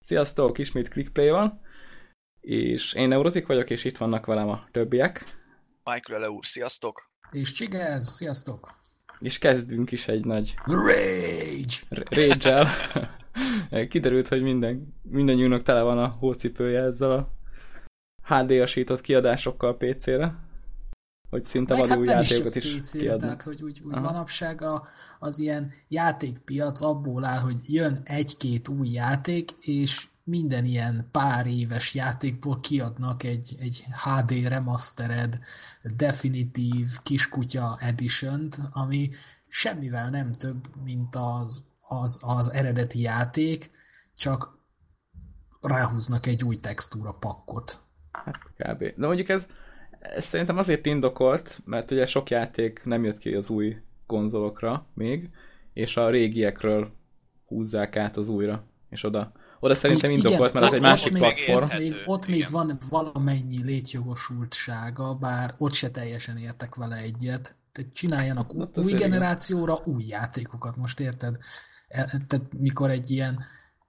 Sziasztok, ismét Clickplay van, és én Neurotik vagyok, és itt vannak velem a többiek. Michael Ele úr, sziasztok! És Csigez, sziasztok! És kezdünk is egy nagy Rage! Rage-el. Kiderült, hogy mindannyiunknak tele van a hócipője ezzel a HD-asított kiadásokkal PC-re, hogy szinte vadul játékokat is PC-re, tehát hogy úgy manapság az ilyen játékpiac abból áll, hogy jön egy-két új játék, és minden ilyen pár éves játékból kiadnak egy HD remastered, definitív kiskutya edition-t, ami semmivel nem több, mint az eredeti játék, csak ráhúznak egy új textúra pakkot. Hát kb. De mondjuk ez szerintem azért indokolt, mert ugye sok játék nem jött ki az új konzolokra még, és a régiekről húzzák át az újra, és oda szerintem indokolt, mert az egy másik platform. Ott még van valamennyi létjogosultsága, bár ott se teljesen értek vele egyet. Tehát csináljanak új generációra új játékokat, most érted? Tehát mikor egy ilyen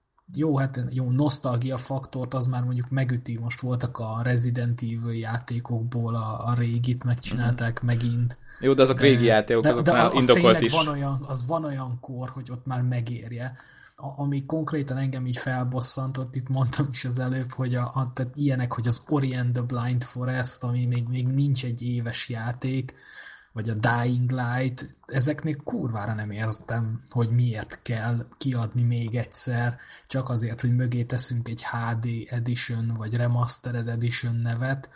jó nosztalgia faktort, az már mondjuk megüti, most voltak a Resident Evil játékokból a régit megcsinálták megint. Jó, de azok régi játékok, azok már indokolt is. Van olyan kor, hogy ott már megérje. Ami konkrétan engem így felbosszantott, itt mondtam is az előbb, hogy tehát ilyenek, hogy az Ori and the Blind Forest, ami még nincs egy éves játék, vagy a Dying Light, ezeknél kurvára nem értem, hogy miért kell kiadni még egyszer, csak azért, hogy mögé teszünk egy HD Edition, vagy Remastered Edition nevet,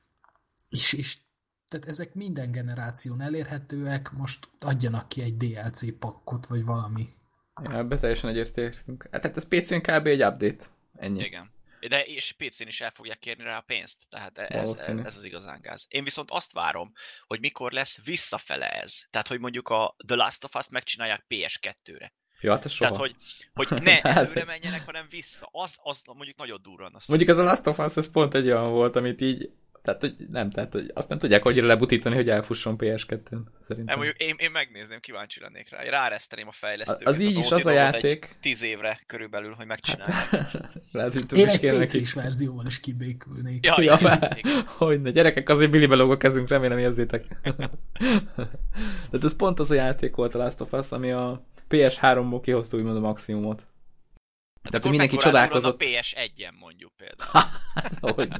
és tehát ezek minden generáción elérhetőek, most adjanak ki egy DLC pakkot, vagy valami. Ja, ebbe teljesen egyértünk. Tehát ez PC-n kb. Egy update. Ennyi. Igen. De és PC-n is el fogják kérni rá a pénzt, tehát ez az igazán gáz. Én viszont azt várom, hogy mikor lesz visszafele ez. Tehát, hogy mondjuk a The Last of Us megcsinálják PS2-re. Ja, hát ez soha. Tehát, hogy ne előre menjenek, hanem vissza. Az mondjuk nagyon durran. Mondjuk ez a Last of Us, ez pont egy olyan volt, amit így hogy azt nem tudják annyira lebutítani, hogy elfusson PS2-n, szerintem. Mondjuk én megnézném, kíváncsi lennék rá. Ráreszteném a fejlesztőket. Az így is az a játék. 10 évre körülbelül, hogy megcsinálják. Én egy PC-s verzióval is kibékülnék. Hogyne, gyerekek, azért Billybe lóg a kezünk, remélem érzitek. De ez pont az a játék volt a Last of Us, ami a PS3-ból kihozta úgymond a maximumot. Hát tehát mindenki csodálkozott. A PS1-en mondjuk például.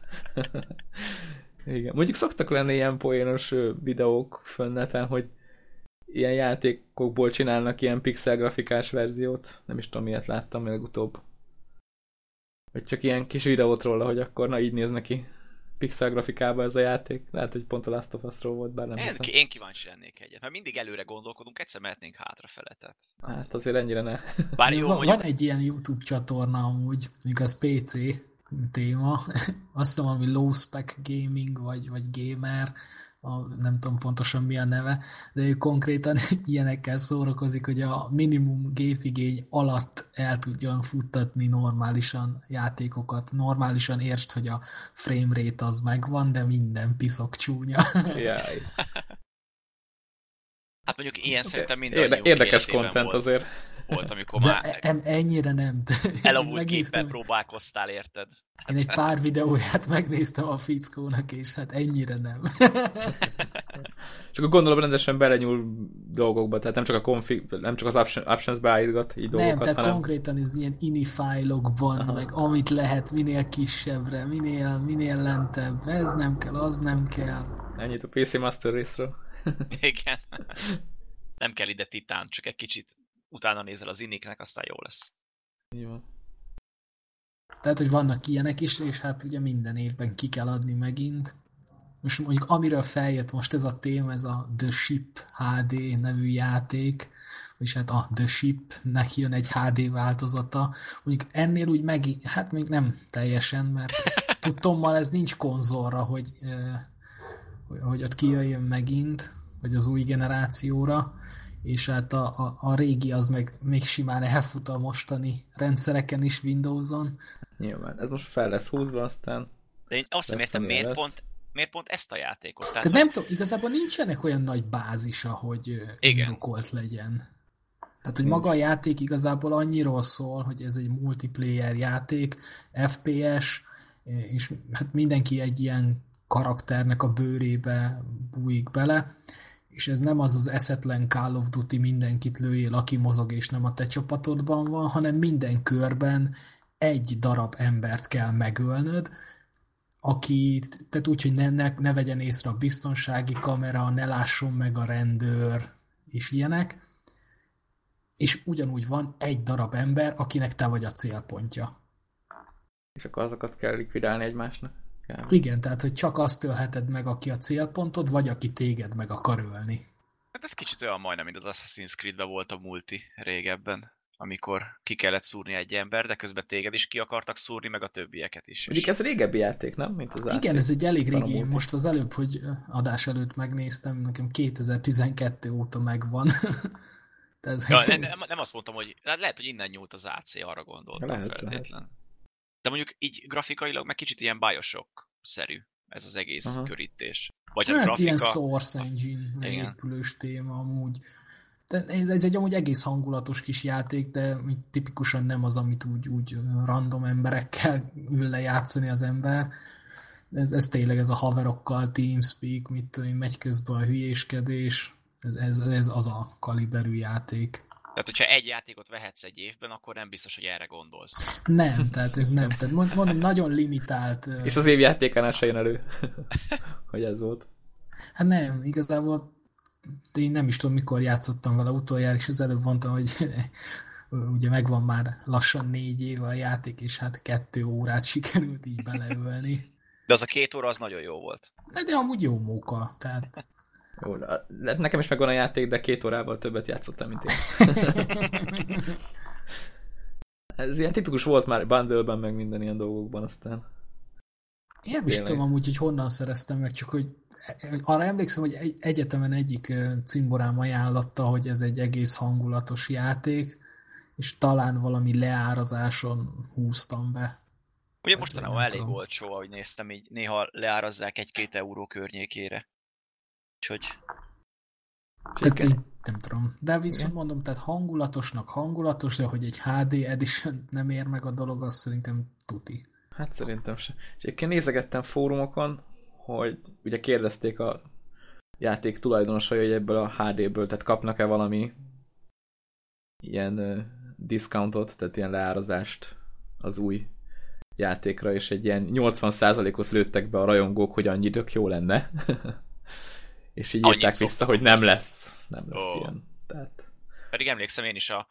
Igen. Mondjuk szoktak lenni ilyen poénos videók fönneten, hogy ilyen játékokból csinálnak ilyen pixel grafikás verziót. Nem is tudom, miért láttam legutóbb. Vagy csak ilyen kis videót róla, hogy akkor na így néz neki pixel grafikába ez a játék. Lehet, hogy pont a Last of Us-ról volt, bár nem hiszem. Én kíváncsi lennék egyet, mert mindig előre gondolkodunk, egyszer mehetnénk hátrafele. Hát azért ennyire ne. Bár jó, van egy ilyen YouTube csatorna amúgy, mondjuk az PC téma, azt hiszem, ami Low Spec Gaming, vagy Gamer, nem tudom pontosan mi a neve, de ő konkrétan ilyenekkel szórakozik, hogy a minimum gépigény alatt el tudjon futtatni normálisan játékokat. Normálisan értsd, hogy a frame rate az megvan, de minden piszok csúnya. Jaj. Hát mondjuk ilyen szerintem minden érdekes content azért. Volt, amikor de már ennyire nem. elavult géppel próbálkoztál, érted? Én egy pár videóját megnéztem a fickónak, és hát ennyire nem. Csak gondolom rendesen belenyúl dolgokba, tehát nem csak nem csak az options-be állítgat így dolgokat, nem, tehát hanem... konkrétan az ilyen ini fájlokban, meg amit lehet, minél kisebbre, minél lentebb, ez nem kell, az nem kell. Ennyit a PC Master Race-ről. Igen. Nem kell ide titán, csak egy kicsit utána nézel az iniknek, aztán jó lesz. Jó. Tehát, hogy vannak ilyenek is, és hát ugye minden évben ki kell adni megint. Most mondjuk amiről feljött most ez a téma, ez a The Ship HD nevű játék, és hát a The Ship-nek jön egy HD változata. Mondjuk ennél úgy hát még nem teljesen, mert tudtommal ez nincs konzolra, hogy ott kijöjjön megint, vagy az új generációra, és hát a régi az meg még simán elfut a mostani rendszereken is Windowson. Nyilván, ez most fel lesz húzva, aztán... De én azt nem értem, miért pont ezt a játékot? Tehát nem tudom, igazából nincsenek olyan nagy bázisa, hogy indokolt legyen. Tehát, hogy maga a játék igazából annyiról szól, hogy ez egy multiplayer játék, FPS, és hát mindenki egy ilyen karakternek a bőrébe bújik bele, és ez nem az eszetlen Call of Duty mindenkit lőjél, aki mozog és nem a te csapatodban van, hanem minden körben egy darab embert kell megölnöd, aki, tehát úgy, hogy ne vegyen észre a biztonsági kamera, ne lásson meg a rendőr, és ilyenek. És ugyanúgy van egy darab ember, akinek te vagy a célpontja. És akkor azokat kell likvidálni egymásnak? Kell. Igen, tehát, hogy csak azt ölheted meg, aki a célpontod, vagy aki téged meg akar ölni. Hát ez kicsit olyan majdnem, mint az Assassin's Creed-ben volt a multi régebben, amikor ki kellett szúrni egy ember, de közben téged is ki akartak szúrni, meg a többieket is. Mondjuk ez régebbi játék, nem? Mint az igen, ez egy elég régi, én most az előbb, hogy adás előtt megnéztem, nekem 2012 óta megvan. Tehát, ja, nem azt mondtam, hogy lehet, hogy innen nyúlt az AC, arra gondoltam feltétlen. De mondjuk így grafikailag meg kicsit ilyen Bioshock-szerű ez az egész körítés. Vagy hát grafika... ilyen Source Engine épülős téma amúgy. Ez egy amúgy egész hangulatos kis játék, de tipikusan nem az, amit úgy random emberekkel ül le játszani az ember. Ez tényleg ez a haverokkal TeamSpeak, mit tudom én, megy közben a hülyéskedés. Ez az a kaliberű játék. Tehát, hogyha egy játékot vehetsz egy évben, akkor nem biztos, hogy erre gondolsz. Nem, tehát ez nem. Tehát mondom, nagyon limitált. És az év játékánál se jön elő, hogy ez volt. Hát nem, igazából én nem is tudom, mikor játszottam vele utoljára, és az előbb mondtam, hogy ugye megvan már lassan 4 éve a játék, és hát 2 órát sikerült így beleölni. De az a 2 óra az nagyon jó volt. De amúgy jó móka, tehát... Jó, nekem is megvan a játék, de 2 órával többet játszottam, mint én. Ez ilyen tipikus volt már bundle-ben, meg minden ilyen dolgokban aztán. Én nem is tudom amúgy, hogy honnan szereztem meg, csak hogy arra emlékszem, hogy egyetemen egyik cimborám ajánlotta, hogy ez egy egész hangulatos játék, és talán valami leárazáson húztam be. Ugye mostanában elég olcsó, ahogy néztem, így néha leárazzák 1-2 euró környékére. Úgyhogy... Nem tudom. De viszont mondom, tehát hangulatos, de hogy egy HD edition nem ér meg a dolog, azt szerintem tuti. Hát szerintem sem. És egyébként nézegettem fórumokon, hogy ugye kérdezték a játék tulajdonosai, hogy ebből a HD-ből, tehát kapnak-e valami ilyen discountot, tehát ilyen leárazást az új játékra, és egy ilyen 80%-ot lőttek be a rajongók, hogy annyi tök jó lenne. És így írták vissza, hogy nem lesz ilyen. Tehát... Pedig emlékszem én is a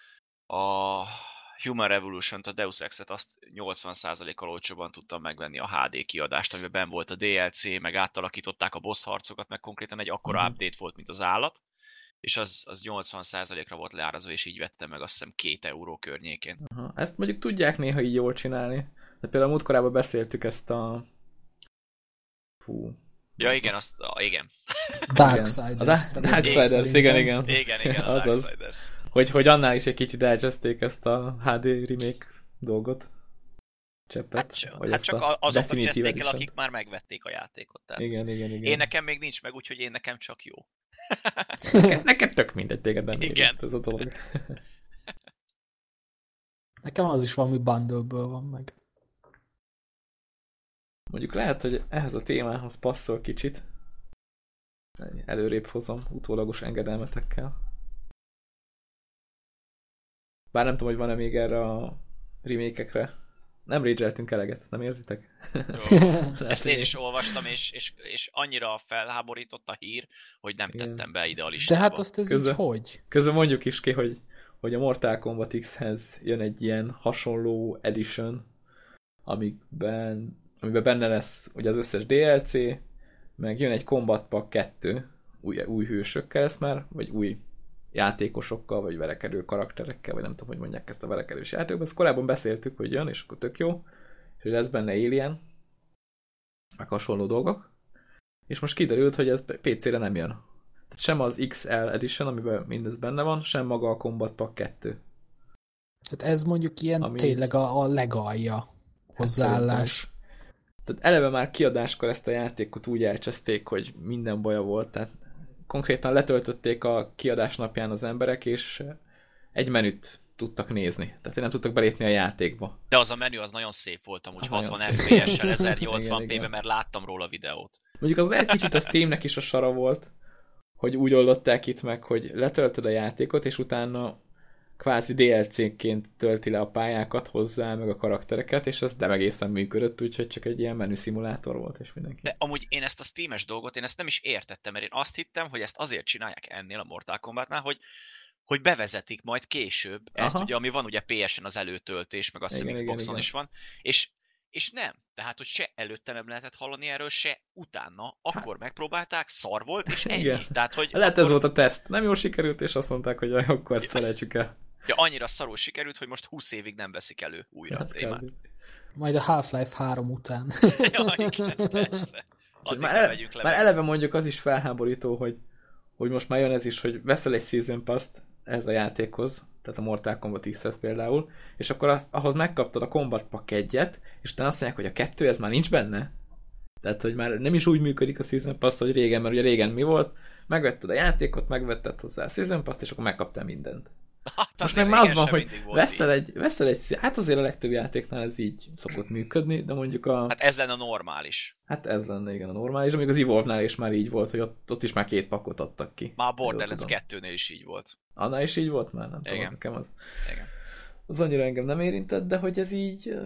Human Revolution-t, a Deus Ex-et azt 80%-kal olcsóban tudtam megvenni a HD kiadást, amiben benn volt a DLC, meg átalakították a boss harcokat, meg konkrétan egy akkora update volt, mint az állat, és az 80%-ra volt leárazva, és így vettem meg azt hiszem 2 euró környékén. Aha. Ezt mondjuk tudják néha így jól csinálni. De például múltkorában beszéltük ezt a... Ja, igen, igen. Darksiders. Darksiders, igen. Igen, a Darksiders. Hogy annál is egy kicsit elcseszték ezt a HD remake dolgot. Cseppet. Hát csak azoknak cseszték el, akik már megvették a játékot. Tehát igen. Én nekem még nincs meg, úgyhogy én nekem csak jó. Neked tök mindegy, téged nem igen. Ez a dolog. Nekem az is valami bundle-ből van meg. Mondjuk lehet, hogy ehhez a témához passzol kicsit. Előrébb hozom utólagos engedelmetekkel. Bár nem tudom, hogy van-e még erre a remake-ekre. Nem rage-eltünk eleget, nem érzitek? Ezt én is olvastam, és annyira felháborított a hír, hogy nem tettem be ide a listába. De hát azt ez így hogy? Közben mondjuk is ki, hogy a Mortal Kombat X-hez jön egy ilyen hasonló edition, amiben benne lesz ugye az összes DLC, meg jön egy Combat Pack 2 új hősökkel lesz már, vagy új játékosokkal, vagy verekedő karakterekkel, vagy nem tudom, hogy mondják ezt a verekedős játékban. Ezt korábban beszéltük, hogy jön, és akkor tök jó, és hogy lesz benne Alien, meg hasonló dolgok. És most kiderült, hogy ez PC-re nem jön. Tehát sem az XL Edition, amiben mindez benne van, sem maga a Combat Pack 2. Tehát ez mondjuk ilyen tényleg a legalja hozzáállás. Tehát eleve már kiadáskor ezt a játékot úgy elcseszték, hogy minden baja volt, tehát konkrétan letöltötték a kiadás napján az emberek, és egy menüt tudtak nézni. Tehát nem tudtak belépni a játékba. De az a menü az nagyon szép volt amúgy, Az 60 nagyon szép. FPS-sel, 1080p-ben, Igen. mert láttam róla videót. Mondjuk az egy kicsit a Steamnek is a sara volt, hogy úgy oldották itt meg, hogy letöltöd a játékot, és utána kvázi DLC-ként tölti le a pályákat hozzá, meg a karaktereket, és ez nem egészen működött, úgyhogy csak egy ilyen menü szimulátor volt, és mindenki. De amúgy én ezt a Steam-es dolgot, én ezt nem is értettem, mert én azt hittem, hogy ezt azért csinálják ennél a Mortal Kombatnál, hogy bevezetik majd később ezt, Aha. ugye, ami van ugye PS-en az előtöltés, meg azt hiszem Igen, Xboxon igen. is van, és nem. Tehát, hogy se előtte nem lehetett hallani erről, se utána. Akkor megpróbálták, szar volt, és ennyi. Igen. Tehát, hogy Lehet akkor... ez volt a teszt. Nem jól sikerült, és azt mondták, hogy akkor ezt felejtsük el. Ja, annyira szarul sikerült, hogy most 20 évig nem veszik elő újra a Hát témát. kb. Majd a Half-Life 3 után. Ja, igen, persze. Addig Már, nem megyünk le. már eleve mondjuk az is felháborító, hogy most már jön ez is, hogy veszel egy Season Pass-t ez a játékhoz, tehát a Mortal Kombat X-hez például, és akkor ahhoz megkaptad a Combat Pack 1-et, és utána azt mondják, hogy a 2 ez már nincs benne. Tehát, hogy már nem is úgy működik a Season Pass, hogy régen, mert ugye régen mi volt, megvetted a játékot, megvetted hozzá a Season Pass-t, és akkor megkaptál mindent. Hát Most meg már az van, hogy veszel egy, hát azért a legtöbb játéknál ez így szokott működni, de mondjuk Hát ez lenne normális. Hát ez lenne igen a normális, amíg az Evolve-nál is már így volt, hogy ott is már 2 pakot adtak ki. Már a Borderlands 2-nél is így volt. Annál is így volt már? Nem tudom, az nekem az. Igen. Az annyira engem nem érintett, de hogy ez így...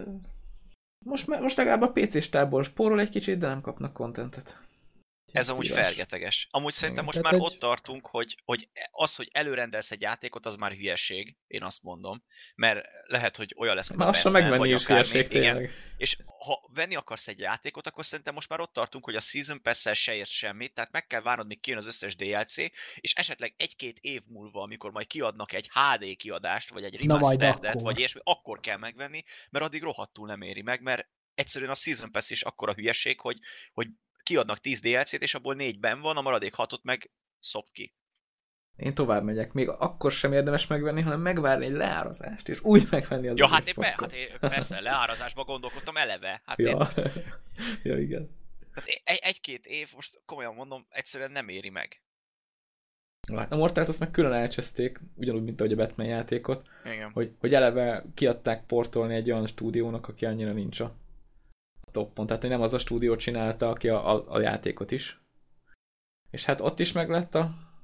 Most legalább a PC-s tábor spórol egy kicsit, de nem kapnak contentet. Ez amúgy szívás. fergeteges. Amúgy szerintem most Tehát már ott tartunk, hogy az, hogy előrendelsz egy játékot, az már hülyeség, én azt mondom. Mert lehet, hogy olyan lesz, mint Már a lassan Batman, megvenni vagy is akármi. hülyeség Igen. tényleg. És ha venni akarsz egy játékot, akkor szerintem most már ott tartunk, hogy a Season Pass-szel se érsz semmit, tehát meg kell várnod, míg kijön az összes DLC, és esetleg 1-2 év múlva, amikor majd kiadnak egy HD kiadást, vagy egy remasteredet, vagy ilyesmi, akkor kell megvenni, mert addig rohadtul nem éri meg, mert egyszerűen a Season Pass is akkora hülyeség, hogy kiadnak 10 DLC-t, és abból 4-ben van, a maradék 6-ot meg szopt ki. Én tovább megyek. Még akkor sem érdemes megvenni, hanem megvárni egy leárazást, és úgy megvenni az Ja, egész hát pakkot. én persze, leárazásba gondolkodtam eleve. Hát Ja. Ja, igen. hát egy-két év, most komolyan mondom, egyszerűen nem éri meg. Hát a Mortalt azt meg külön elcseszték, ugyanúgy, mint ahogy a Batman játékot, Igen. hogy eleve kiadták portolni egy olyan stúdiónak, aki annyira nincs a toppon. Tehát nem az a stúdió csinálta, aki a játékot is. És hát ott is meglett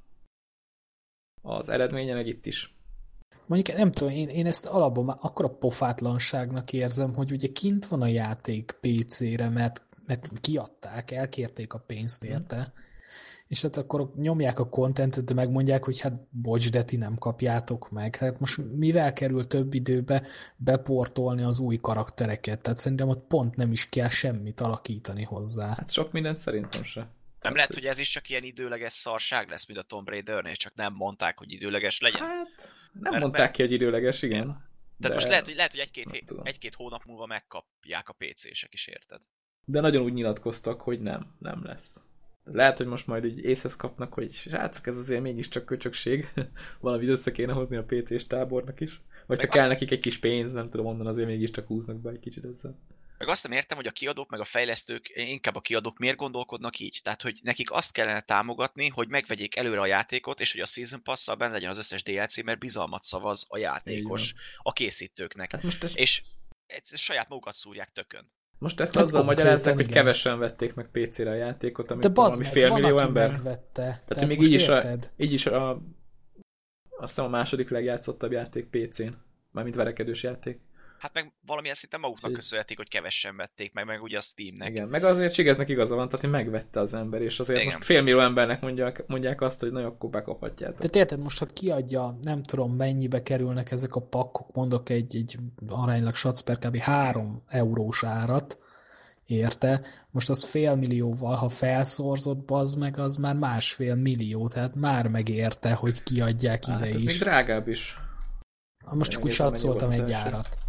az eredménye, meg itt is. Mondjuk nem tudom, én ezt alapban már akkora pofátlanságnak érzem, hogy ugye kint van a játék PC-re, mert kiadták, elkérték a pénzt érte, és hát akkor nyomják a contentet, de megmondják, hogy hát bocs, de ti nem kapjátok meg. Tehát most mivel kerül több időbe beportolni az új karaktereket? Tehát szerintem ott pont nem is kell semmit alakítani hozzá. Hát sok mindent szerintem se. Nem lehet, hogy ez is csak ilyen időleges szarság lesz, mint a Tomb Raidernél, csak nem mondták, hogy időleges legyen. Hát nem mondták ki, hogy időleges, igen. Tehát most lehet, hogy egy-két hónap múlva megkapják a PC-sek is, érted? De nagyon úgy nyilatkoztak, hogy nem lesz. Lehet, hogy most majd így észhez kapnak, hogy srácok, ez azért mégiscsak köcsökség. Valamit össze kéne hozni a PC-s tábornak is. Vagy ha kell nekik egy kis pénz, nem tudom, onnan azért mégiscsak húznak be egy kicsit ezzel. Meg azt nem értem, hogy a kiadók, meg a fejlesztők, inkább a kiadók miért gondolkodnak így. Tehát, hogy nekik azt kellene támogatni, hogy megvegyék előre a játékot, és hogy a Season Pass-szal benne legyen az összes DLC, mert bizalmat szavaz a játékos a készítőknek. Hát most és saját magukat szúrják tökön. Most ezt Hát azzal magyarázzák, hogy igen. kevesen vették meg PC-re a játékot, De amit bazd valami meg, félmillió van, aki ember. megvette. Tehát még így is azt hiszem a második legjátszottabb játék PC-n. Mármint verekedős játék. Hát meg valamilyen szinten maguknak köszönhetik, hogy kevessen vették meg ugye a Steamnek. Igen, meg azért Csigeznek igaza van, tehát hogy megvette az ember, és azért igen. most félmillió embernek mondják azt, hogy na, akkor bekaphatjátok. Tehát érted, most ha kiadja, nem tudom mennyibe kerülnek ezek a pakkok, mondok egy aránylag per kb. 3 eurós árat, érte? Most az $500,000, ha felszorzod, bazd meg, az már $1,5 millió, tehát már megérte, hogy kiadják ide ez is. még drágább is. Most csak úgy satszoltam egy árat.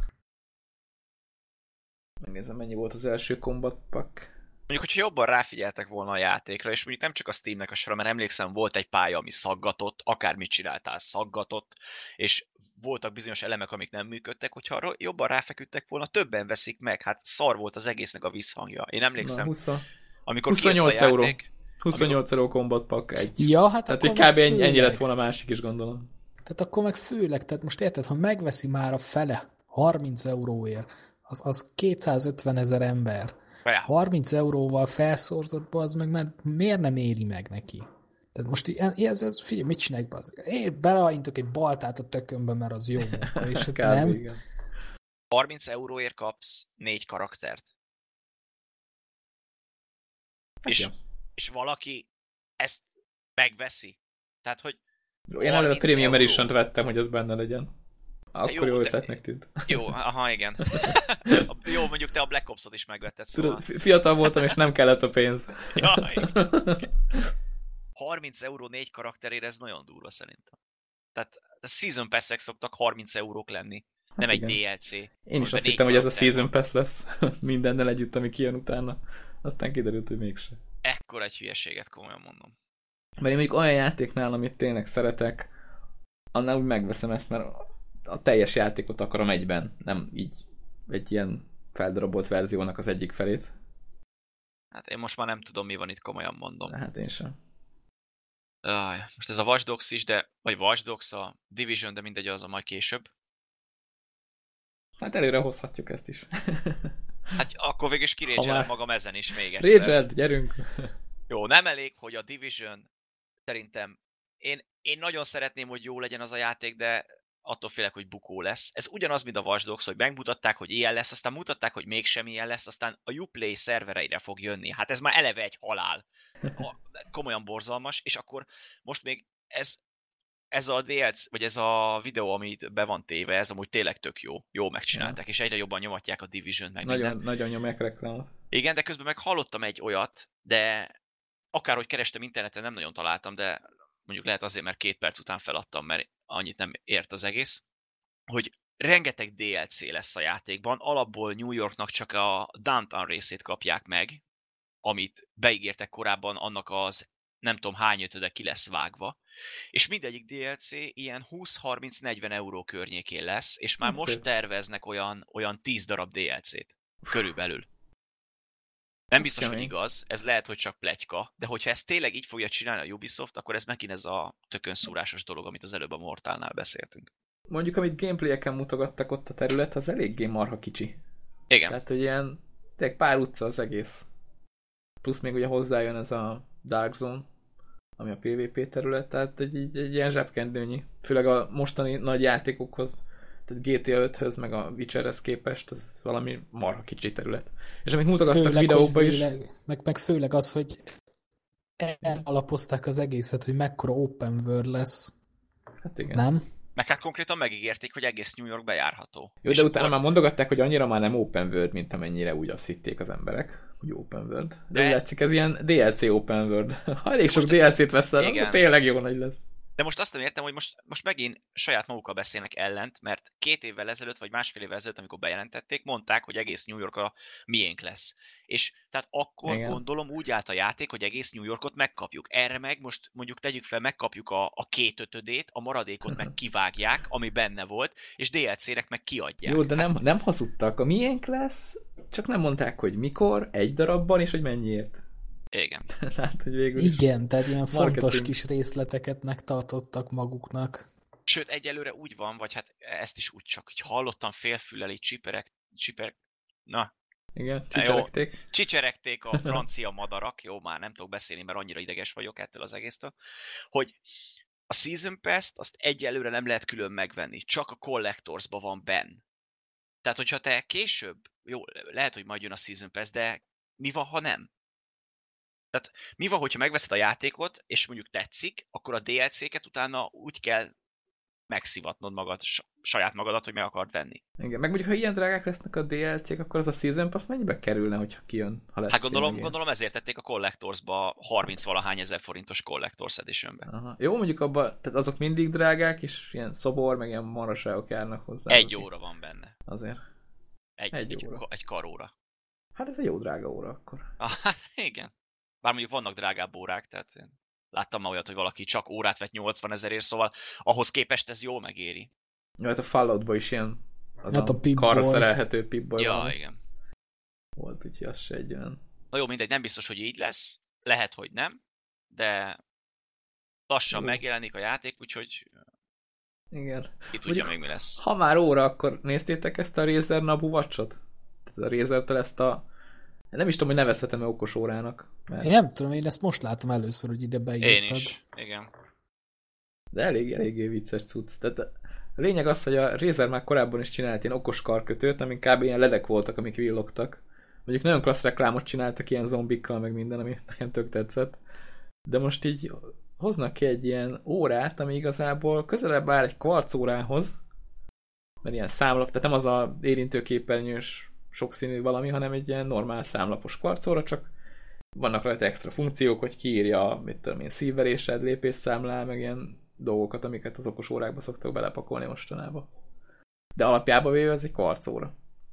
Megnézem, mennyi volt az első Combat Pack. Mondjuk, hogyha jobban ráfigyeltek volna a játékra, és mondjuk nem csak a Steamnek a sora, mert emlékszem, volt egy pálya, ami szaggatott, akármit csináltál, szaggatott, és voltak bizonyos elemek, amik nem működtek, hogyha jobban ráfeküdtek volna, többen veszik meg. Hát szar volt az egésznek a visszhangja. Én emlékszem, amikor 28 kijött a euró. játék, 28 euró Combat Pack egy. Ja, hát tehát akkor hogy kb. Ennyi főleg. lett volna másik is, gondolom. Tehát akkor meg főleg, tehát most érted, ha megveszi már a fele 30 euróért, az 250 000 ember. Ja. 30 euróval felszorzott, az meg mert miért nem éri meg neki? Tehát most figyelj, mit csinálják be? Én beleállítok egy baltát a tökömbe, mert az jó munka, és hát nem. Igen. 30 euróért kapsz 4 karaktert. És valaki ezt megveszi. Tehát, hogy én előbb a Premium Edition-t vettem, hogy az benne legyen. Akkor jó ötletnek tűnt. Jó, aha, igen. Jó, mondjuk te a Black Ops-ot is megvetted, szóval. Tudod, fiatal voltam, és nem kellett a pénz. Ja, 30 euró 4 karakterére, ez nagyon durva szerintem. Tehát a Season Pass-ek szoktak 30 eurók lenni. Nem egy DLC. Én is azt hittem, hogy ez a Season Pass lesz mindennel együtt, ami kijön utána. Aztán kiderült, hogy mégse. Ekkor egy hülyeséget, komolyan mondom. Mert én mondjuk olyan játéknál, amit tényleg szeretek, annál úgy megveszem ezt, mert a teljes játékot akarom egyben, nem így egy ilyen feldarabolt verziónak az egyik felét. Hát én most már nem tudom, mi van itt, komolyan mondom. Hát én sem. Most ez a Watch Dogs is, vagy Watch Dogs, a Division, de mindegy, az a majd később. Hát előre hozhatjuk ezt is. Hát akkor végül is kirédzselem magam ezen is még egyszer. Rédzseld, gyerünk! Jó, nem elég, hogy a Division szerintem én nagyon szeretném, hogy jó legyen az a játék, de attól félek, hogy bukó lesz. Ez ugyanaz, mint a Watch Dogs, hogy megmutatták, hogy ilyen lesz, aztán mutatták, hogy mégsem ilyen lesz, aztán a Uplay szervereire fog jönni. Hát ez már eleve egy halál. Komolyan borzalmas, és akkor most még ez a DLC, vagy ez a videó, amit be van téve, ez amúgy tényleg tök jó. Jó megcsinálták, és egyre jobban nyomatják a Division-t meg nagyon nyomják reklámot. Igen, de közben meg hallottam egy olyat, de akárhogy kerestem interneten, nem nagyon találtam, de mondjuk lehet azért, mert 2 perc után feladtam, mert annyit nem ért az egész, hogy rengeteg DLC lesz a játékban, alapból New Yorknak csak a Downtown részét kapják meg, amit beígértek korábban, annak az nem tudom hány ötöde ki lesz vágva, és mindegyik DLC ilyen 20-30-40 euró környékén lesz, és már most terveznek olyan 10 darab DLC-t körülbelül. Nem biztos, hogy igaz, ez lehet, hogy csak pletyka, de hogyha ezt tényleg így fogja csinálni a Ubisoft, akkor ez megint ez a tökönszúrásos dolog, amit az előbb a Mortalnál beszéltünk. Mondjuk, amit gameplayeken mutogattak ott a terület, az eléggé marha kicsi. Igen. Tehát, hogy ilyen pár utca az egész. Plusz még ugye hozzájön ez a Dark Zone, ami a PvP terület, tehát egy ilyen zsebkendőnyi. Főleg a mostani nagy játékokhoz, tehát GTA 5-höz, meg a Witcherhez képest, ez valami marha kicsi terület. És amit mutogattak főleg, videókban is... Meg főleg az, hogy alapozták az egészet, hogy mekkora open world lesz. Hát igen. Nem? Meg hát konkrétan megígérték, hogy egész New York bejárható. Jó, de utána már mondogatták, hogy annyira már nem open world, mint amennyire úgy azt hitték az emberek, hogy open world. De úgy látszik, ez ilyen DLC open world. Ha elég sok DLC-t veszel, akkor tényleg jó nagy lesz. De most azt nem értem, hogy most megint saját magukkal beszélnek ellent, mert 2 évvel ezelőtt, vagy másfél évvel ezelőtt, amikor bejelentették, mondták, hogy egész New York a miénk lesz. És tehát akkor gondolom úgy állt a játék, hogy egész New Yorkot megkapjuk. Erre meg most mondjuk tegyük fel, megkapjuk a 2/5, a maradékot meg kivágják, ami benne volt, és DLC-nek meg kiadják. Jó, de nem hazudtak. A miénk lesz, csak nem mondták, hogy mikor, egy darabban, és hogy mennyiért. Igen. Lát, hogy végül igen, tehát ilyen fontos kis részleteket megtartottak maguknak. Sőt, egyelőre úgy van, vagy hát ezt is úgy csak, hogy hallottam félfüllel így igen, csicseregték a francia madarak, jó, már nem tudok beszélni, mert annyira ideges vagyok ettől az egésztől, hogy a Season Pass-t azt egyelőre nem lehet külön megvenni, csak a Collectors-ba van benn. Tehát, hogyha te később, jó, lehet, hogy majd jön a Season Pass, de mi van, ha nem? Tehát mi van, hogyha megveszed a játékot, és mondjuk tetszik, akkor a DLC-ket utána úgy kell megszivatnod saját magadat, hogy meg akard venni. Igen, meg mondjuk, ha ilyen drágák lesznek a DLC-k, akkor az a Season Pass mennyibe kerülne, hogyha kijön? Ha lesz hát gondolom ezért tették a Collectors-ba 30-valahány ezer forintos Collectors Edition-be. Aha. Jó, mondjuk abban, tehát azok mindig drágák, és ilyen szobor, meg ilyen maraságok járnak hozzá. 1 óra van benne. Azért. Egy karóra. Hát ez egy jó drága óra akkor. Hát igen. Bár mondjuk vannak drágább órák, tehát én láttam már olyat, hogy valaki csak órát vett 80 000-ért, szóval ahhoz képest ez jól megéri. Ja, hát a Falloutban is ilyen az hát a karra szerelhető Pip-Boy. Ja, van. igen. Volt, úgyhogy az se egy olyan. Na jó, mindegy, nem biztos, hogy így lesz. Lehet, hogy nem, de lassan megjelenik a játék, úgyhogy Igen. Ki tudja Mondjuk, még mi lesz. ha már óra, akkor néztétek ezt a Razer Nabu Watch-ot? Tehát a Razertől ezt a... Nem is tudom, hogy nevezhetem-e okos órának. Mert... Én nem tudom, én ezt most látom először, hogy ide beírtad. Én is, igen. De eléggé vicces cucc. Tehát a lényeg az, hogy a Razer már korábban is csinált ilyen okos karkötőt, amik kb. Ilyen ledek voltak, amik villogtak. Mondjuk nagyon klassz reklámot csináltak ilyen zombikkal, meg minden, ami nekem tök tetszett. De most így hoznak ki egy ilyen órát, ami igazából közelebb áll egy kvarcórához, mert ilyen számlap, tehát nem az a érintőképernyős sokszínű valami, hanem egy ilyen normál számlapos kvarcóra, csak vannak rajta extra funkciók, hogy kiírja, mit tudom én, szívverésed, lépésszámlál, meg ilyen dolgokat, amiket az okos órákba szoktak belepakolni mostanában. De alapjában véve ez egy kvarcóra.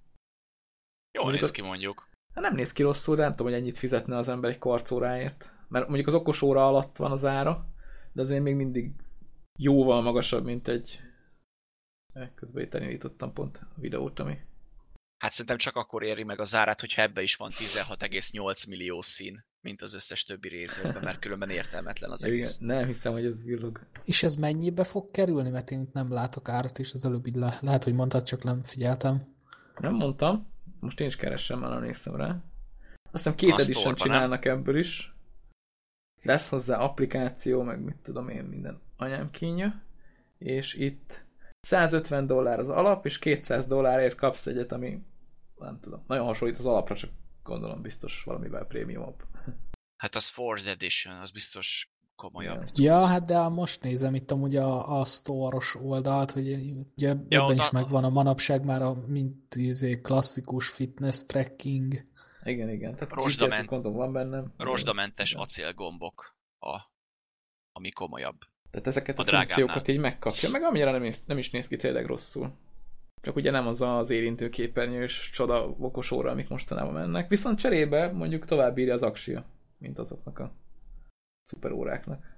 Jól néz ki mondjuk. Hát nem néz ki rosszul, de nem tudom, hogy ennyit fizetne az ember egy kvarcóráért. Mert mondjuk az okos óra alatt van az ára, de azért még mindig jóval magasabb, mint egy... Közben itt elindítottam pont a videót, ami... Hát szerintem csak akkor éri meg az árát, hogyha ebbe is van 16,8 millió szín, mint az összes többi Razerben, mert különben értelmetlen az egész. Igen, nem hiszem, hogy ez villog. És ez mennyibe fog kerülni? Mert én nem látok árat is, az előbb így lehet, hogy mondtad, csak nem figyeltem. Nem mondtam, most én is keressem, már néztem rá. Azt hiszem 2 edition csinálnak ebből is. Lesz hozzá applikáció, meg mit tudom én, minden anyám kínja. És itt $150 az alap, és $200 kapsz egyet, ami nem tudom, nagyon hasonlít az alapra, csak gondolom biztos valamivel prémiumabb. Hát az Forged Edition, az biztos komolyabb. Ja, hát de most nézem itt amúgy a store-os oldalt, hogy ugye ebben is megvan a manapság már a mint klasszikus fitness tracking. Igen. Tehát gondolom van bennem. Rozsdamentes acélgombok, ami komolyabb. Tehát ezeket a funkciókat így megkapja, meg amire nem is néz ki tényleg rosszul. Csak ugye nem az az érintőképernyős csoda okos óra, amik mostanában mennek. Viszont cserébe mondjuk tovább bírja az aksia, mint azoknak a szuper óráknak.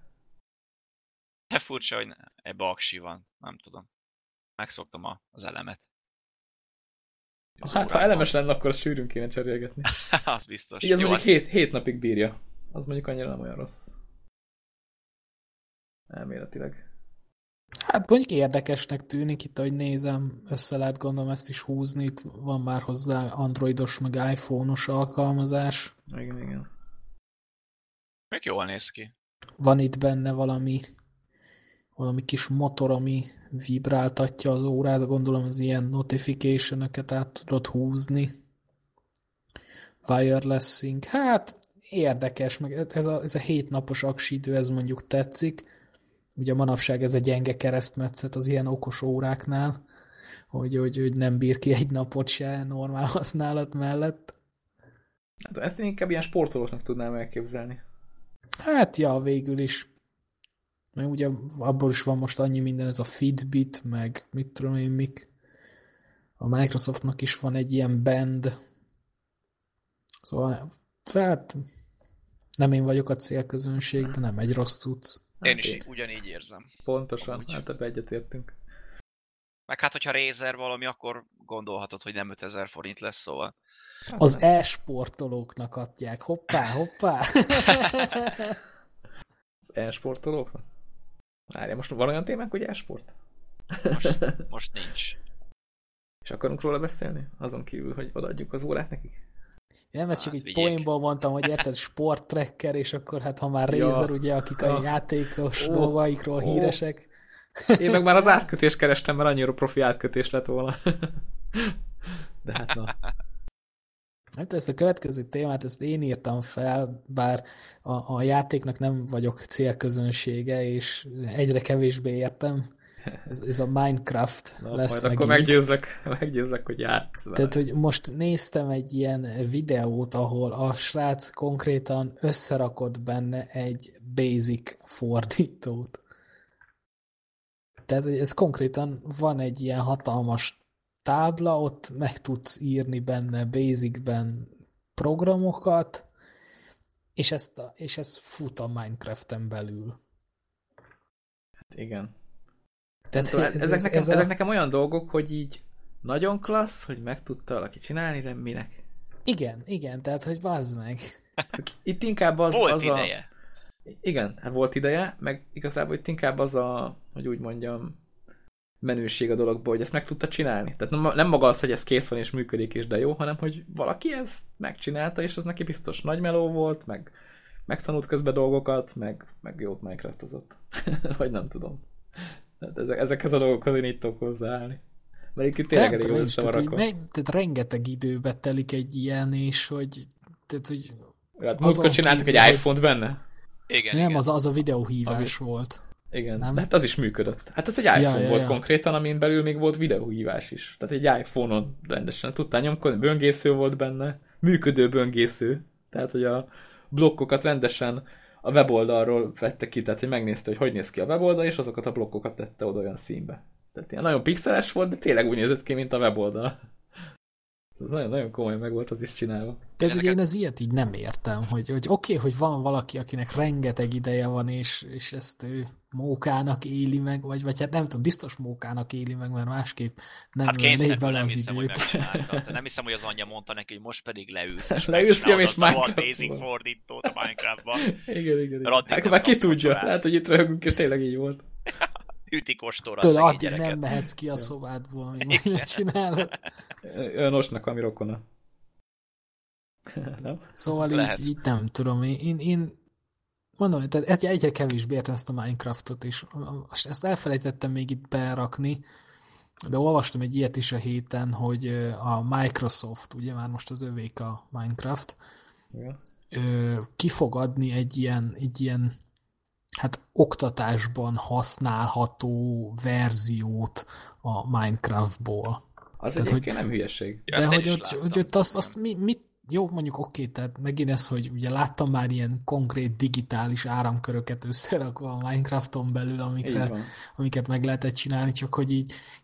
De furcsa, hogy ebbe aksi van, nem tudom. Megszoktam az elemet. Hát ha elemes lenne, akkor azt sűrűn kéne cserélgetni. Az biztos. Így az mondjuk 7 napig bírja. Az mondjuk annyira nem olyan rossz. Elméletileg. Hát mondjuk érdekesnek tűnik itt, ahogy nézem, össze lehet gondolom ezt is húzni, itt van már hozzá androidos meg iPhone-os alkalmazás. Igen. Még jól néz ki. Van itt benne valami kis motor, ami vibráltatja az órát, gondolom az ilyen notification-öket át tudod húzni. Wireless sync. Hát érdekes, meg ez a 7 napos aksi idő, ez mondjuk tetszik. Ugye manapság ez a gyenge keresztmetszet az ilyen okos óráknál, hogy nem bír ki egy napot se normál használat mellett. Hát ezt én inkább ilyen sportolóknak tudnám elképzelni. Hát ja, végül is. Meg ugye abból is van most annyi minden, ez a Fitbit, meg mit tudom én mik. A Microsoftnak is van egy ilyen band. Szóval hát nem én vagyok a célközönség, de nem egy rossz cucc. Én is ugyanígy érzem. Pontosan, hát ebbe egyetértünk. Meg hát, hogyha Razer valami, akkor gondolhatod, hogy nem 5000 forint lesz, szóval. Az e-sportolóknak adják. Hoppá! Az e-sportolóknak? Várja, most van olyan témánk, hogy e-sport? Most nincs. És akarunk róla beszélni? Azon kívül, hogy odaadjuk az órát nekik? Én nem ezt csak egy poénból mondtam, hogy érted, sporttracker, és akkor hát ha már Razer, ugye, akik a játékos dolgaikról híresek. Én meg már az átkötést kerestem, mert annyira profi átkötés lett volna. De hát na. Hát ezt a következő témát, ezt én írtam fel, bár a játéknak nem vagyok célközönsége, és egyre kevésbé értem. Ez a Minecraft lesz majd akkor meggyőzlek, hogy játsz vele. Tehát, hogy most néztem egy ilyen videót, ahol a srác konkrétan összerakott benne egy basic fordítót. Tehát, hogy ez konkrétan van egy ilyen hatalmas tábla, ott meg tudsz írni benne basicben programokat, és ez fut a Minecraften belül. Hát igen. Tehát szóval ezek nekem olyan dolgok, hogy így nagyon klassz, hogy meg tudta valaki csinálni, de minek? Igen, tehát, hogy bazd meg. Itt inkább az ideje. Igen, hát volt ideje, meg igazából itt inkább az hogy úgy mondjam, menőség a dologban, hogy ezt meg tudta csinálni. Tehát nem maga az, hogy ez kész van és működik és de jó, hanem hogy valaki ezt megcsinálta, és az neki biztos nagy meló volt, meg megtanult közben dolgokat, meg jót Minecraftozott. Vagy nem tudom. Tehát ezekhez a dolgokhoz én így tudok hozzáállni. Mert itt tényleg elég össze van rakva. Tehát rengeteg időbe telik egy ilyen, és hogy... Hát múltkor csináltak egy iPhone-t benne? Igen, nem, igen. az a videóhívás volt. Igen, nem? de hát az is működött. Hát ez egy iPhone volt konkrétan, amin belül még volt videóhívás is. Tehát egy iPhone-on rendesen tudtál nyomkodni, böngésző volt benne, működő böngésző. Tehát, hogy a blokkokat rendesen a weboldalról vette ki, tehát hogy megnézte, hogy néz ki a weboldal, és azokat a blokkokat tette oda olyan színbe. Tehát ilyen nagyon pixeles volt, de tényleg úgy nézett ki, mint a weboldal. Ez nagyon komoly meg volt az is csinálva. Tehát én az ilyet így nem értem, hogy oké, hogy van valaki, akinek rengeteg ideje van, és ezt ő mókának éli meg, vagy hát nem tudom, biztos mókának éli meg, mert másképp nem lép bele az hiszem, időt. Hogy nem hiszem, hogy az anyja mondta neki, hogy most pedig leülsz, és megcsinálod a Wargazing fordítót a Minecraftba. Igen. Hát már ki tudja, lehet, hogy itt röhögünk, és tényleg így volt. Ütik ostorra tudod, addig nem mehetsz ki a szobádból, amíg megcsinálod. Olyan osnak, ami rokona. Nem? Szóval így nem tudom, én mondom, tehát egyre kevésbé értem ezt a Minecraftot, és ezt elfelejtettem még itt berakni, de olvastam egy ilyet is a héten, hogy a Microsoft, ugye már most az övék a Minecraft, ki fog adni egy ilyen hát oktatásban használható verziót a Minecraftból. Az tehát, egyébként nem hülyeség. De hogy ott azt mit jó, mondjuk oké, tehát megint ez, hogy ugye láttam már ilyen konkrét digitális áramköröket összerakva a Minecrafton belül, amiket meg lehetett csinálni, csak hogy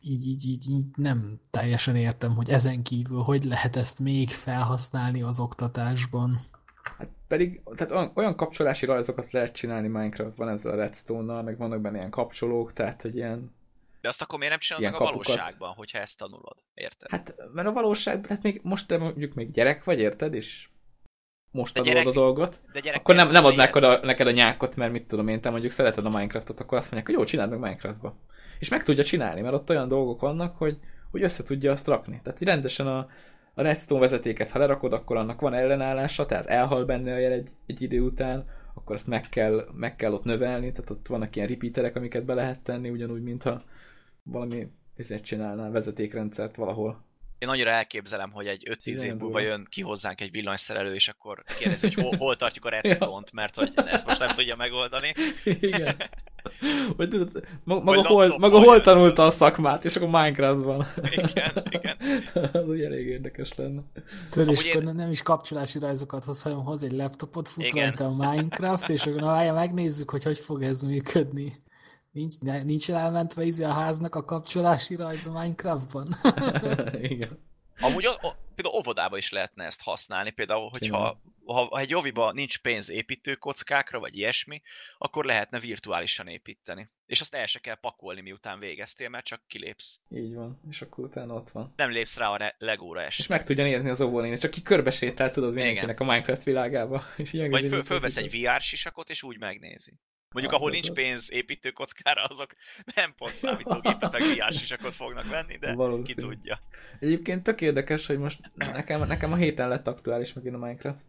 így nem teljesen értem, hogy ezen kívül hogy lehet ezt még felhasználni az oktatásban. Hát pedig, tehát olyan kapcsolási rajzokat lehet csinálni Minecraftban ezzel a Redstone-nal, meg vannak benne ilyen kapcsolók, tehát hogy ilyen... De azt akkor miért nem csinálod meg a valóságban, hogyha ezt tanulod? Érted? Hát, mert a valóságban, hát még most te mondjuk még gyerek vagy, érted? És most tanulod a dolgot. Akkor nem adnák neked a nyákot, mert mit tudom én, te mondjuk szereted a Minecraftot, akkor azt mondják, hogy jó, csináld meg Minecraftba. És meg tudja csinálni, mert ott olyan dolgok vannak, hogy össze tudja azt rakni. Tehát rendesen a Redstone vezetéket, ha lerakod, akkor annak van ellenállása, tehát elhal benne a jel egy idő után, akkor azt meg kell ott növelni, tehát ott vannak ilyen repeaterek, amiket be lehet tenni, ugyanúgy, mintha valami ezért csinálnál vezetékrendszert valahol. Én annyira elképzelem, hogy egy 5-10 év múlva jön ki hozzánk egy villanyszerelő, és akkor kérdezi, hogy hol tartjuk a redstone-t, mert hogy ezt most nem tudja megoldani. Igen. Vagy tudod, maga hol tanulta a szakmát, és akkor Minecraftban. Igen. Az úgy elég érdekes lenne. Tudod, és akkor nem is kapcsolási rajzokat hoz, hanem hoz egy laptopot, fut rajta a Minecraft, és akkor megnézzük, hogy fog ez működni. Nincs elmentve a háznak a kapcsolási rajz a Minecraftban? Igen. Amúgy például óvodában is lehetne ezt használni, például, hogyha ha egy oviba nincs pénz építőkockákra, vagy ilyesmi, akkor lehetne virtuálisan építeni. És azt el se kell pakolni, miután végeztél, mert csak kilépsz. Így van, és akkor utána ott van. Nem lépsz rá a Legóra esni. És meg tudja nézni az óvónéni, csak ki körbesétál, tudod, mindenkinek a Minecraft világába. És vagy fölvesz egy VR sisakot, és úgy megnézi. Mondjuk, ahol nincs pénz építőkockára, azok nem pont számítógépet, meg VR sisakot fognak venni, de ki tudja. Egyébként tök érdekes, hogy most nekem a héten lett aktuális megint a Minecraft.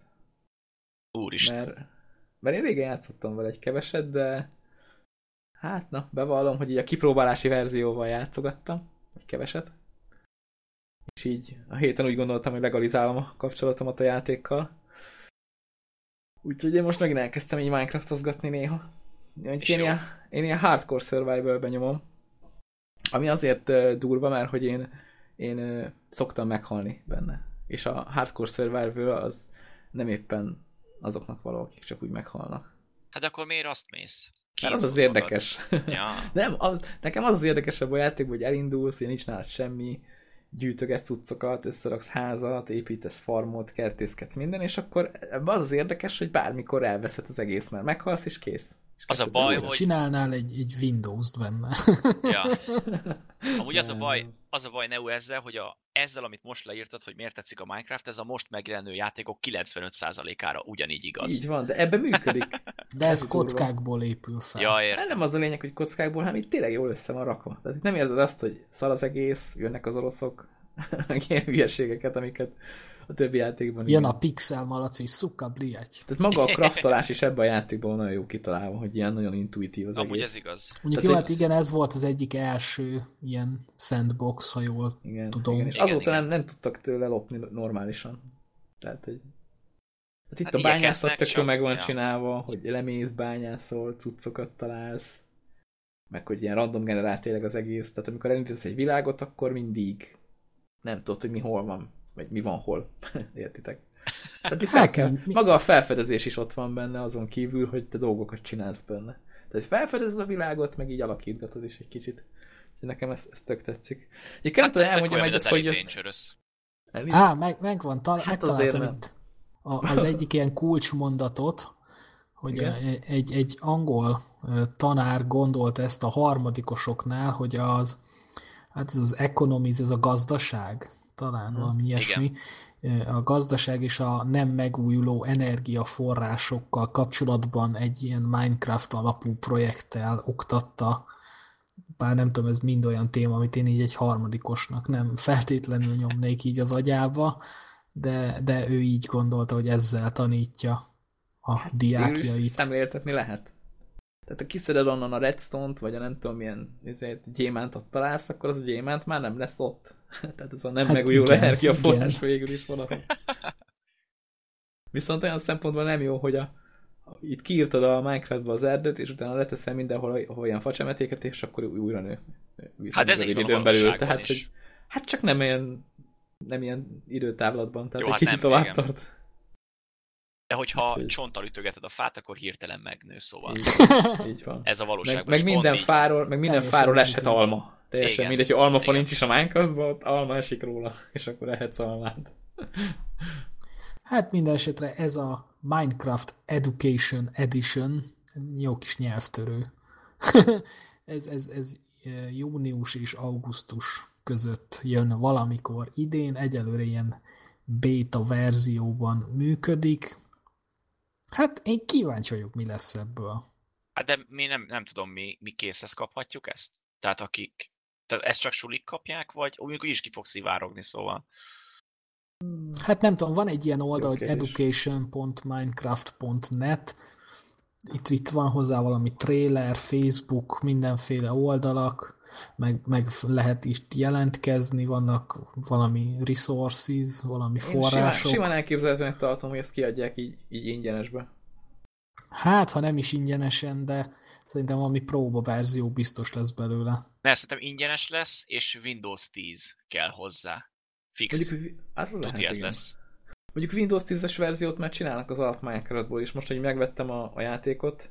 Úristen. Mert én régen játszottam vele egy keveset, de hát na, bevallom, hogy így a kipróbálási verzióval játszogattam egy keveset. És így a héten úgy gondoltam, hogy legalizálom a kapcsolatomat a játékkal. Úgyhogy én most megint elkezdtem így Minecraftozgatni néha. Én ilyen hardcore survival-ben nyomom. Ami azért durva, mert hogy én szoktam meghalni benne. És a hardcore survival az nem éppen azoknak való, akik csak úgy meghalnak. Hát akkor miért azt mész? Mert az érdekes. Ja. Nem, nekem az érdekesebb a játékban, hogy elindulsz, hogy nincs nálad semmi, gyűjtögetsz cuccokat, összeraksz házat, építesz farmot, kertészkedsz minden, és akkor ebben az érdekes, hogy bármikor elveszed az egész, mert meghalsz, és kész. És az a baj, hogy... Csinálnál egy Windows-t benne. Ja. Amúgy az a baj, az a baj, Neo, ezzel, hogy ezzel, amit most leírtad, hogy miért tetszik a Minecraft, ez a most megjelenő játékok 95%-ára ugyanígy igaz. Így van, de ebben működik. De ez kockákból épül fel. Ja, értem. Nem az a lényeg, hogy kockákból, hanem itt tényleg jól össze van rakva. Tehát itt nem érzed azt, hogy szar az egész, jönnek az oroszok, meg ilyen hülyeségeket, amiket a többi játékban. Jön a pixel malac és szukka bliaty. Tehát maga a craftolás is ebben a játékban nagyon jó kitalálva, hogy ilyen nagyon intuitív az Amúgy egész. ez igaz. Mondjuk jó, hát igen, ez volt az egyik első ilyen sandbox, ha jól tudom. Igen. És azóta nem tudtak tőle lopni normálisan. Tehát, hogy... Hát itt Hát a bányászat tök csak, jól meg van csinálva, hogy lemész, bányászol, cuccokat találsz, meg hogy ilyen random generál tényleg az egész. Tehát amikor elindítasz egy világot, akkor mindig nem tudod, hogy mi hol van, vagy mi van hol. Értitek? Tehát fel kell, maga a felfedezés is ott van benne, azon kívül, hogy te dolgokat csinálsz benne. Tehát felfedezed a világot, meg így alakítgatod is egy kicsit. Úgyhogy nekem ez tök tetszik. Hát ez tök olyan, mint az Elite Dangerous. Megvan, hát azért itt az egyik ilyen kulcsmondatot, hogy egy angol tanár gondolt ezt a harmadikosoknál, hogy ez az economies, ez a gazdaság, talán valami ilyesmi, a gazdaság és a nem megújuló energiaforrásokkal kapcsolatban egy ilyen Minecraft alapú projekttel oktatta, bár nem tudom, ez mind olyan téma, amit én így egy harmadikosnak nem feltétlenül nyomnék így az agyába, de ő így gondolta, hogy ezzel tanítja a diákjait. Szemléltetni lehet. Tehát ha kiszeded onnan a redstone-t, vagy a nem tudom milyen gyémántot találsz, akkor az a gyémánt már nem lesz ott. Tehát ez a nem megújuló energiaforrás végül is valahol. Viszont olyan szempontból nem jó, hogy itt kiírtad a Minecraftba az erdőt, és utána leteszel mindenhol olyan facsemetéket, és akkor újra nő. Hát ez így van belül, tehát, hogy, hát csak nem ilyen időtávlatban, tehát jó, egy kicsit tovább tart. De hogyha csonttal ütögeted a fát, akkor hirtelen megnő, szóval. Így van. Ez a valóságban meg minden fáról eshet alma. Teljesen mindegy, hogy almafa nincs is a Minecraftban, ott alma esik róla, és akkor ehetsz almát. Hát minden esetre ez a Minecraft Education Edition jó kis nyelvtörő. ez június és augusztus között jön valamikor idén, egyelőre ilyen beta verzióban működik. Hát én kíváncsi vagyok, mi lesz ebből. Hát de mi nem tudom, mi készhez kaphatjuk ezt? Tehát tehát ezt csak sulik kapják, vagy amikor is ki fog szivárogni, szóval. Hát nem tudom, van egy ilyen oldal, hogy education.minecraft.net, itt van hozzá valami trailer, Facebook, mindenféle oldalak, meg lehet is jelentkezni, vannak valami resources, valami források. Simán elképzelhetőnek tartom, hogy ezt kiadják így ingyenesbe. Hát, ha nem is ingyenesen, de szerintem valami próba verzió biztos lesz belőle. Szerintem ingyenes lesz, és Windows 10 kell hozzá. Fix. Mondjuk, az ez lesz. Mondjuk Windows 10-es verziót már csinálnak az alap Minecraftból, és most, hogy megvettem a játékot,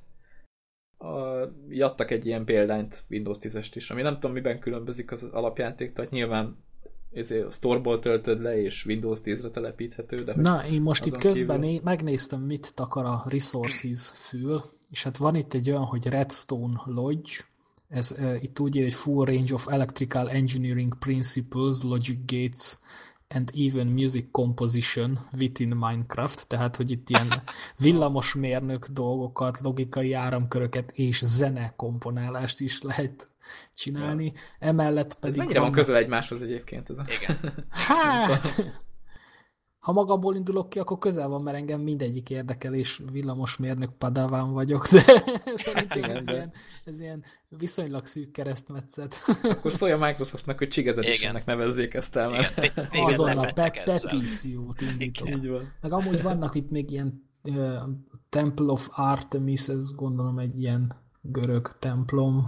adtak egy ilyen példányt Windows 10-est is, ami nem tudom, miben különbözik az alapjáték, tehát nyilván a store-ból töltöd le, és Windows 10-re telepíthető. De na, én most itt közben megnéztem, mit takar a Resources fül, és hát van itt egy olyan, hogy Redstone Lodge, ez itt úgy ír, egy full range of electrical engineering principles, logic gates, and even music composition within Minecraft, tehát, hogy itt ilyen villamosmérnök dolgokat, logikai áramköröket és zene komponálást is lehet csinálni. Ja. Emellett pedig... Ez mennyire van közel egymáshoz egyébként? Ez igen. Hát... Ha magamból indulok ki, akkor közel van, mert engem mindegyik érdekel, és villamosmérnök padaván vagyok, de szerintem ez ilyen viszonylag szűk keresztmetszet. Akkor szólja Microsoftnak, hogy Chigez Editionnek nevezzék ezt el, mert... Azonnal petíciót indítok. Így van. Meg amúgy vannak itt még ilyen Temple of Artemis, ez gondolom egy ilyen görög templom.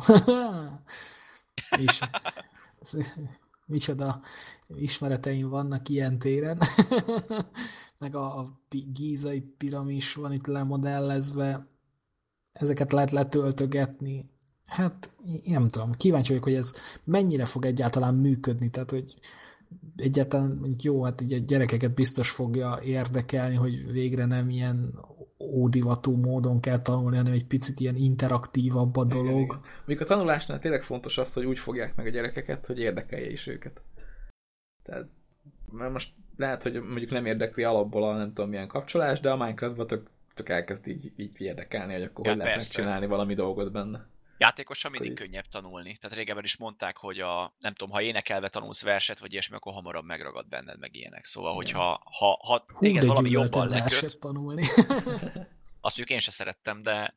És... micsoda ismereteim vannak ilyen téren. Meg a gízai piramis van itt lemodellezve. Ezeket lehet letöltögetni. Hát, én nem tudom. Kíváncsi vagyok, hogy ez mennyire fog egyáltalán működni. Tehát, hogy egyáltalán jó, hát így a gyerekeket biztos fogja érdekelni, hogy végre nem ilyen ódivatú módon kell tanulni, hanem egy picit ilyen interaktívabb a dolog. Igen. Mondjuk a tanulásnál tényleg fontos az, hogy úgy fogják meg a gyerekeket, hogy érdekelje is őket. Tehát, mert most lehet, hogy mondjuk nem érdekli alapból a nem tudom milyen kapcsolás, de a Minecraftban tök elkezd így érdekelni, hogy akkor hogy lehet megcsinálni valami dolgot benne. Játékosan mindig könnyebb tanulni. Tehát régebben is mondták, hogy nem tudom, ha énekelve tanulsz verset, vagy ilyesmi, akkor hamarabb megragad benned, meg ilyenek. Szóval, hogyha téged valami jobban leköt, tanulni. azt mondjuk én se szerettem,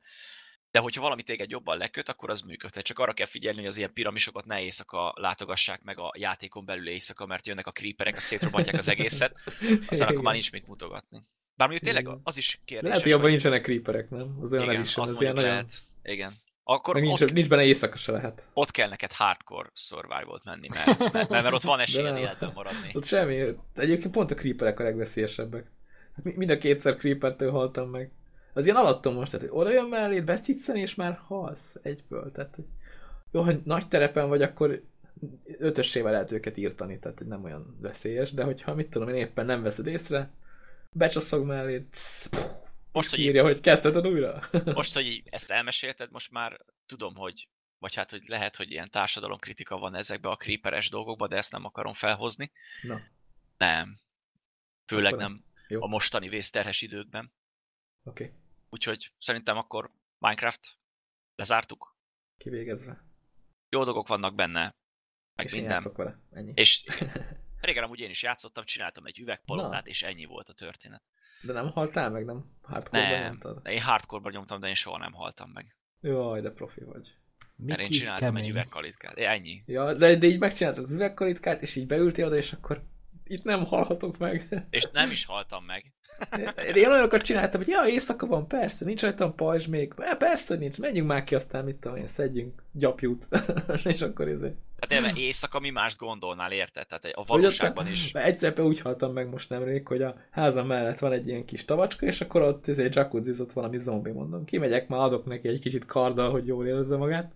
de hogyha valami téged jobban leköt, akkor az működhet. Csak arra kell figyelni, hogy az ilyen piramisokat ne éjszaka látogassák meg a játékon belül éjszaka, mert jönnek a creeperek, szétrobbantják az egészet, aztán akkor már nincs mit mutogatni. Bár mondjuk tényleg az is kérdéses. Lehet, hogy abban nincsenek creeperek, nem? Az olyan igen, az ilyen lehet. Igen. Akkor nincs benne éjszaka se lehet. Ott kell neked hardcore survival-t menni, mert ott van esélyed életben maradni. Ott semmi. Egyébként pont a creeperek a legveszélyesebbek. Mind a kétszer creepertől haltam meg. Az ilyen alattomos, tehát hogy oda jön mellé, beszicszeni, és már halsz egyből. Tehát, hogy jó, hogy nagy terepen vagy, akkor 5-össével lehet őket írtani, tehát nem olyan veszélyes, de hogyha mit tudom én éppen nem veszed észre, becsasszog mellé, most, hogy írja, hogy kezdheted újra. Most, hogy ezt elmesélted, most már tudom, hogy vagy hát, hogy lehet, hogy ilyen társadalomkritika van ezekben a creeperes dolgokban, de ezt nem akarom felhozni. Na. Nem. Főleg akkor nem jó. A mostani vészterhes időkben. Oké. Okay. Úgyhogy szerintem akkor Minecraft lezártuk. Kivégezve. Jó dolgok vannak benne, meg és minden. És játszok vele, ennyi. És régen amúgy én is játszottam, csináltam egy üvegpalotát, és ennyi volt a történet. De nem haltál meg, nem? Hardcore-ban nyomtad? Én hardcore-ban nyomtam, de én soha nem haltam meg. Jaj, de profi vagy. Mert én csináltam egy üvegkalitkát. Ennyi. Ja, de így megcsináltad az üvegkalitkát, és így beültél oda, és akkor itt nem halhatok meg. És nem is haltam meg. Én olyanokat csináltam, hogy ja, éjszaka van, persze, nincs rajtam pajzs még. Persze nincs, menjünk már ki, aztán mit tudom én, szedjünk gyapjút. És akkor Hát élve éjszaka mi mást gondolnál, érted? Tehát a valóságban is. Egyszer úgy haltam meg most nemrég, hogy a házam mellett van egy ilyen kis tavacska, és akkor ott jacuzzizott valami zombi, mondom. Kimegyek, már adok neki egy kicsit karddal, hogy jól érezze magát.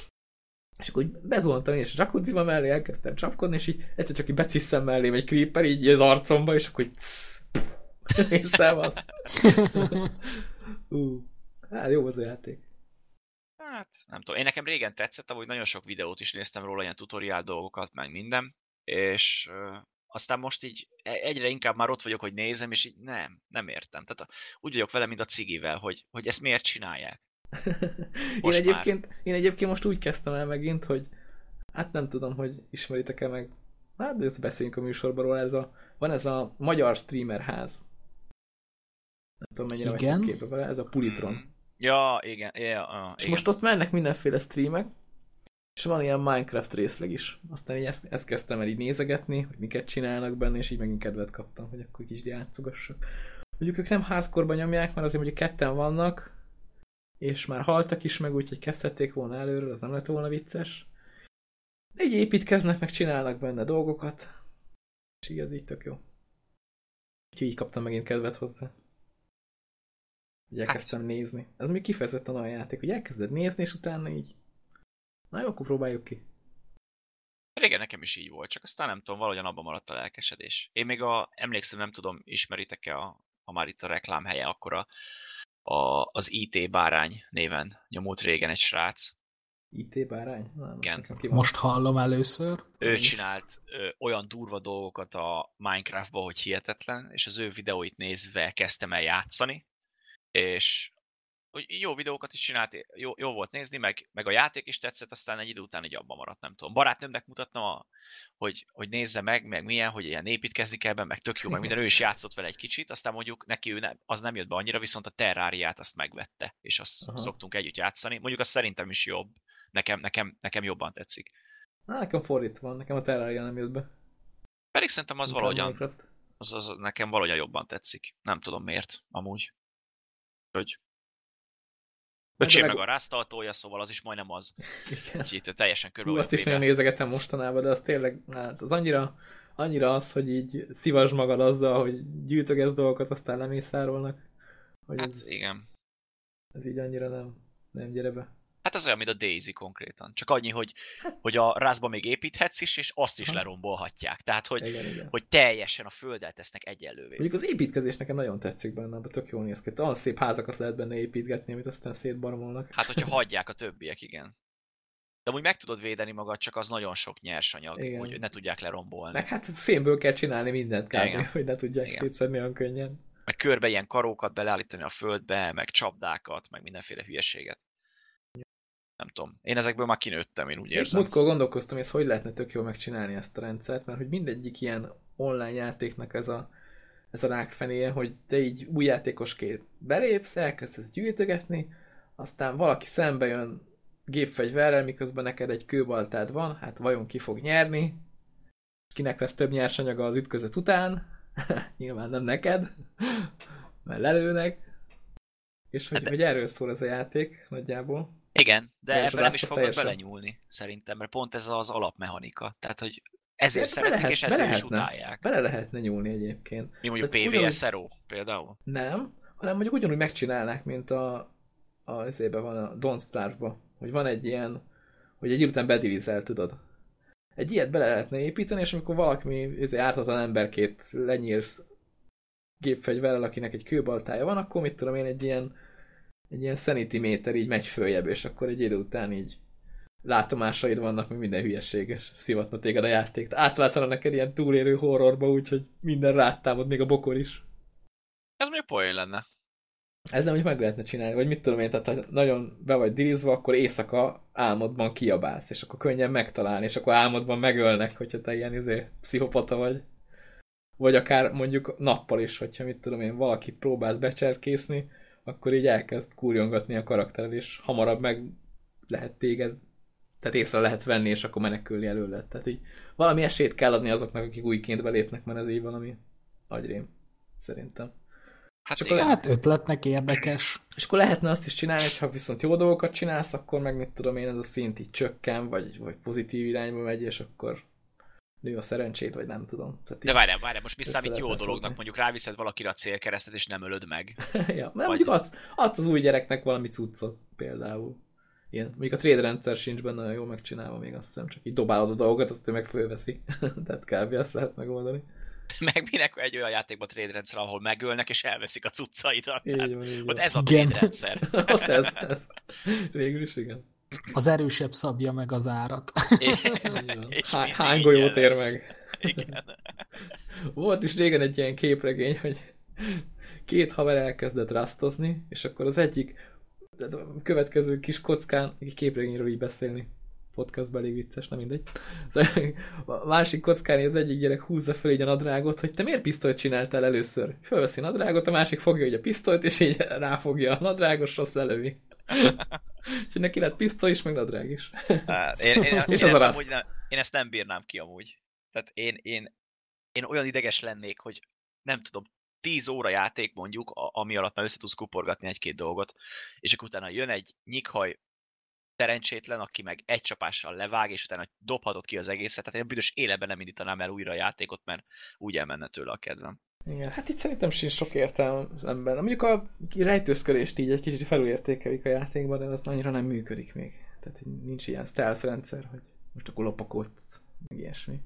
És akkor úgy bezuhantam én is a jacuzziba mellé, elkezdtem csapkodni, és így egyszer csak így becisszem mellém egy creeper, így az arcomba, és akkor így és szevasz. Hát jó az a játék. Hát nem tudom, én nekem régen tetszett, ahogy nagyon sok videót is néztem róla, ilyen tutoriál dolgokat, meg minden, és aztán most így egyre inkább már ott vagyok, hogy nézem, és így nem értem. Tehát úgy vagyok vele, mint a cigivel, hogy ezt miért csinálják. Én egyébként most úgy kezdtem el megint, hogy hát nem tudom, hogy ismeritek-e meg, hát de ezt beszéljünk a műsorban róla, van ez a magyar streamer ház. Nem tudom, mennyire vagytok képbe vele, ez a Pulitron. Ja, igen. És igen. most ott mennek mindenféle streamek, és van ilyen Minecraft részleg is. Aztán így ezt kezdtem el így nézegetni, hogy miket csinálnak benne, és így megint kedvet kaptam, hogy akkor kicsit játszogassak. Mondjuk ők nem hardcore-ban nyomják, mert azért mondjuk ketten vannak, és már haltak is meg, úgyhogy kezdhették volna előről, az nem lett volna vicces. De így építkeznek, meg csinálnak benne dolgokat, és így ez így tök jó. Úgyhogy így kaptam megint kedvet hozzá. Úgy elkezdtem nézni. Ez még kifejezetten olyan játék, hogy elkezded nézni, és utána így na jó, akkor próbáljuk ki. Régen nekem is így volt, csak aztán nem tudom, valahogyan abban maradt a lelkesedés. Én még emlékszem, nem tudom, ismeritek-e, ha már itt a reklám helye, akkor az IT Bárány néven nyomult régen egy srác. IT Bárány? Igen. Most hallom először. Ő csinált olyan durva dolgokat a Minecraftba, hogy hihetetlen, és az ő videóit nézve kezdtem el játszani, és jó videókat is csinált, jó volt nézni, meg a játék is tetszett, aztán egy idő után így abban maradt, nem tudom. Barátnőmnek mutattam, hogy nézze meg milyen, hogy ilyen építkezni kell benne, meg tök jó, meg minden, ő is játszott vele egy kicsit, aztán mondjuk neki az nem jött be annyira, viszont a Terráriát azt megvette, és azt szoktunk együtt játszani. Mondjuk az szerintem is jobb, nekem jobban tetszik. Nekem fordítva van, nekem a Terraria nem jött be. Pedig szerintem az valahogyan, az nekem valahogyan jobban tetszik. Nem tudom miért, amúgy. Hogy öcsém meg a rásztaltója, szóval az is majdnem az. Úgyhogy itt teljesen körülbelül. Azt is nagyon nézegetem mostanában, de az tényleg, hát az annyira az, hogy így szívasd magad azzal, hogy gyűjtögetsz dolgokat, aztán lemészárolnak. Hogy hát igen. Ez így annyira nem gyere be. Hát ez olyan, mint a Daisy konkrétan. Csak annyi, hogy a rázba még építhetsz is, és azt is Aha. lerombolhatják. Tehát, Igen. hogy teljesen a földdel tesznek egyenlővé. Mondjuk az építkezés nekem nagyon tetszik benne, abban tök jól néz ki. Olyan szép házakat lehet benne építgetni, amit aztán szétbarmolnak. Hát, hogyha hagyják a többiek, igen. De amúgy meg tudod védeni magad, csak az nagyon sok nyersanyag, Igen. hogy ne tudják lerombolni. Meg hát fémből kell csinálni mindent kb. Igen. Hogy ne tudják Igen. szétszedni olyan könnyen. Meg körbe ilyen karókat beleállítani a földbe, meg csapdákat, meg mindenféle hülyeséget. Nem tudom. Én ezekből már kinőttem, én úgy érzem. Múltkor gondolkoztam, hogy ezt hogy lehetne tök jól megcsinálni ezt a rendszert, mert hogy mindegyik ilyen online játéknak ez a rákfenéje, hogy te így új játékosként belépsz, elkezdesz gyűjtögetni, aztán valaki szembe jön gépfegyverrel, miközben neked egy kőbaltád van, hát vajon ki fog nyerni, kinek lesz több nyersanyaga az ütközet után, nyilván nem neked, mert lelőnek, és hogy erről szól ez a játék nagyjából. Igen, de Ja, ebben nem is fognak teljesen belenyúlni, szerintem, mert pont ez az alapmechanika. Tehát, hogy ezért Be szeretik, lehet- és be ezért is lehetne. utálják. Bele lehetne nyúlni egyébként. Mi mondjuk Tehát PvSRO például. Nem, hanem mondjuk ugyanúgy megcsinálnák, mint ezében van a Don't Starve-ba, hogy van egy ilyen, hogy egy idő után bedilizel, tudod. Egy ilyet bele lehetne építeni, és amikor valaki ártatlan emberkét lenyírsz gépfegyverrel, akinek egy kőbaltája van, akkor mit tudom én, egy ilyen sanity méter így megy följebb, és akkor egy idő után így látomásaid vannak, meg minden hülyeség, és szivatna téged a játék. Átváltana neked ilyen túlélő horrorba, úgyhogy minden rád támad, még a bokor is. Ez mondjuk poén lenne. Ezzel mondjuk meg lehetne csinálni, vagy mit tudom én, tehát ha nagyon be vagy dirizva, akkor éjszaka álmodban kiabálsz, és akkor könnyen megtalálni, és akkor álmodban megölnek, hogyha te ilyen pszichopata vagy. Vagy akár mondjuk nappal is, hogyha mit tudom én, valakit próbálsz becserkészni, akkor így elkezd kurjongatni a karaktered, és hamarabb meg lehet téged, tehát észre lehet venni, és akkor menekülni előle. Tehát így valami esélyt kell adni azoknak, akik újként belépnek, mert ez így valami agyrém, szerintem. Hát Csak igen. Hát ötletnek érdekes. És akkor lehetne azt is csinálni, hogy ha viszont jó dolgokat csinálsz, akkor meg mit tudom én, ez a szint így csökken, vagy pozitív irányba megy, és akkor nő a szerencséd, vagy nem tudom. Tehát De várjál, most mi össze számít lehet jó ezt dolognak? hozni. Mondjuk ráviszed valakire a célkeresztet, és nem ölöd meg. Ja, mert mondjuk adsz az új gyereknek valami cuccot például. Ilyen. Mondjuk a trade rendszer sincs benne olyan jól megcsinálva még, azt hiszem, csak így dobálod a dolgokat, azt ő meg fölveszi. Tehát kb. Azt lehet megoldani. Meg minek egy olyan játékban trade rendszer, ahol megölnek, és elveszik a cuccaidat. Így Tehát van, így ott van. ez a Igen. trade rendszer. Ott ez. Végül is igen. Az erősebb szabja meg az árat. És mindig Hány golyót ingyen ér lesz. meg? Igen. Volt is régen egy ilyen képregény, hogy két haver elkezdett rasztozni, és akkor az egyik a következő kis kockán, egy képregényről így beszélni, podcastban elég vicces, nem mindegy. Szóval a másik kockán az egyik gyerek húzza fel így a nadrágot, hogy te miért pisztolyt csináltál először? Fölveszi a nadrágot, a másik fogja ugye a pisztolyt, és így ráfogja a nadrágos, azt lelövi. És neki lett pisztoly is, meg nadrág is. Hát, én ezt nem bírnám ki amúgy. Tehát én olyan ideges lennék, hogy nem tudom, 10 óra játék mondjuk, ami alatt már össze tudsz kuporgatni egy-két dolgot, és akkor utána jön egy nyikhaj szerencsétlen, aki meg egy csapással levág, és utána dobhatod ki az egészet. Tehát én a büdös életben nem indítanám el újra a játékot, mert úgy elmenne tőle a kedvem. Igen, hát itt szerintem sincs sok értelme ember. Mondjuk a rejtőzködést így egy kicsit felülértékelik a játékban, de az annyira nem működik még. Tehát nincs ilyen stealth rendszer, hogy most akkor lopakodsz, meg ilyesmi.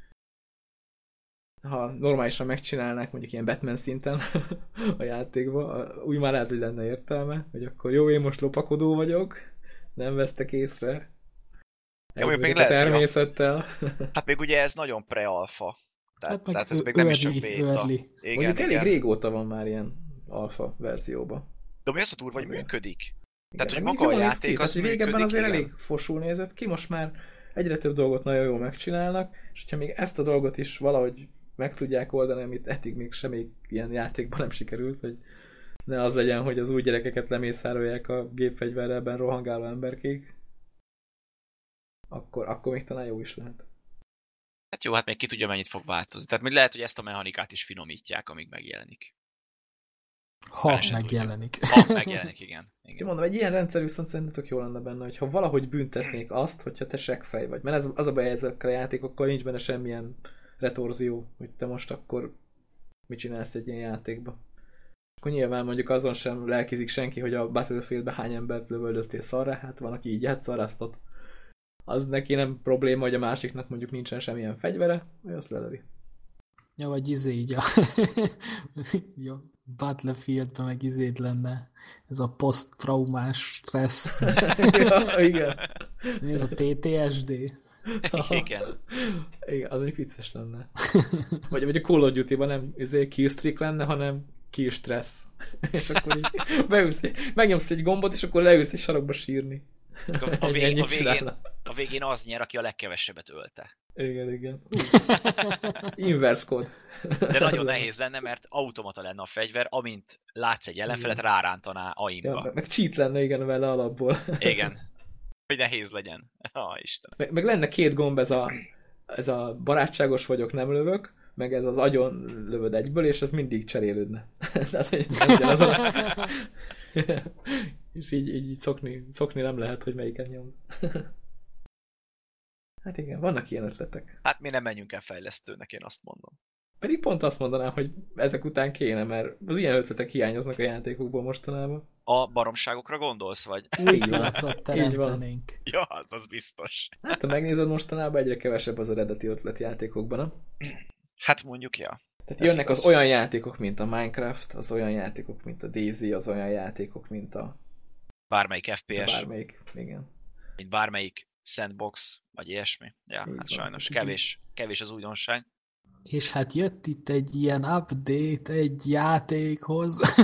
Ha normálisan megcsinálnák mondjuk ilyen Batman szinten a játékban, úgy már lehet, hogy lenne értelme, hogy akkor jó, én most lopakodó vagyok, nem vesztek észre. Ja, még a lehet, természettel. Hát még ugye ez nagyon pre-alfa. Hát Tehát ez még nem is csak beta. early. Igen, Mondjuk elég igen. régóta van már ilyen alfa verzióban. De mi az a durva, hogy Azért. működik? Igen, Tehát, hogy meg maga a jól néz ki, játék tehát, az hogy régebben működik, azért igen. elég fosul nézett ki, most már egyre több dolgot nagyon jól megcsinálnak, és hogyha még ezt a dolgot is valahogy meg tudják oldani, amit eddig még semmi ilyen játékban nem sikerült, hogy ne az legyen, hogy az új gyerekeket lemészárolják a gépfegyverrelben rohangáló emberkék, akkor még talán jó is lehet. Hát jó, hát még ki tudja, mennyit fog változni. Tehát még lehet, hogy ezt a mechanikát is finomítják, amíg megjelenik. Ha Fel se megjelenik. Ha megjelenik, igen. Én mondom, egy ilyen rendszer viszont szerintem tök jó lenne benne, hogyha valahogy büntetnék azt, hogyha te seggfej vagy. Mert ez az a baj ezekkel a játékokkal, nincs benne semmilyen retorzió, hogy te most akkor mit csinálsz egy ilyen játékba. akkor nyilván mondjuk azon sem lelkizik senki, hogy a Battlefieldben hány embert lövöldöztél szarra, hát van, aki így játszol, azt az neki nem probléma, hogy a másiknak mondjuk nincsen semmilyen fegyvere, ő azt lelövi. Ja, vagy így a jó, Battlefieldben meg lenne ez a poszttraumás stressz. Ja, igen. Mi ez a PTSD? Igen. Igen, az egy vicces lenne. Vagy a Call of Duty-ban nem killstreak lenne, hanem kill stressz. És akkor így megnyomsz egy gombot, és akkor leülsz egy sarokba sírni. A végén az nyer, aki a legkevesebbet ölte. Igen. Inverse kód. De nagyon nehéz lenne, mert automata lenne a fegyver, amint látsz egy ellenfelet, rárántaná aimba. Ja, meg cheat lenne, igen, vele alapból. Igen. Hogy nehéz legyen. Istenem. Meg lenne 2 gomb, ez a barátságos vagyok, nem lövök, meg ez az agyon lövöd egyből, és ez mindig cserélődne. Tehát, hogy nem ugyanaz és így szokni nem lehet, hogy melyiket nyom. Hát igen, vannak ilyen ötletek. Hát mi nem menjünk el fejlesztőnek, én azt mondom. Pedig pont azt mondanám, hogy ezek után kéne, mert az ilyen ötletek hiányoznak a játékokból mostanában. A baromságokra gondolsz, vagy? Új piacot teremtenénk. Ja, az biztos. Hát, ha megnézed mostanában, egyre kevesebb az eredeti ötlet játékokban, nem? Hát mondjuk, ja. Tehát jönnek az olyan játékok, mint a Minecraft, az olyan játékok, mint a DayZ, az olyan játékok, mint a... Bármelyik FPS. Bármelyik, igen. Mint bármelyik sandbox, vagy ilyesmi. Ja, hát van, sajnos kevés az újdonság. És hát jött itt egy ilyen update egy játékhoz.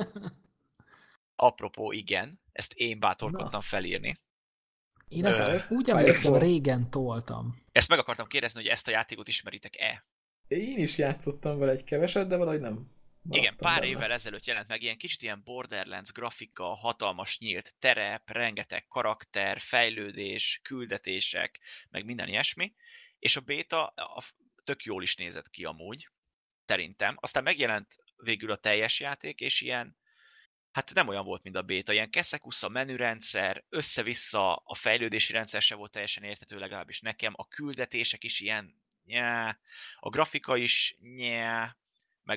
Apropó, igen, ezt én bátorkodtam felírni. Én ezt úgy emlékszem, régen toltam. Ezt meg akartam kérdezni, hogy ezt a játékot ismeritek-e? Én is játszottam vele egy keveset, de valahogy nem. Igen, pár évvel ezelőtt jelent meg ilyen kicsit ilyen Borderlands grafika, hatalmas nyílt terep, rengeteg karakter, fejlődés, küldetések, meg minden ilyesmi, és a béta tök jól is nézett ki amúgy, szerintem. Aztán megjelent végül a teljes játék, és ilyen, hát nem olyan volt, mint a béta, ilyen keszekusza menürendszer, össze-vissza a fejlődési rendszer se volt teljesen érthető, legalábbis nekem, a küldetések is ilyen, nyá, a grafika is, nyá, meg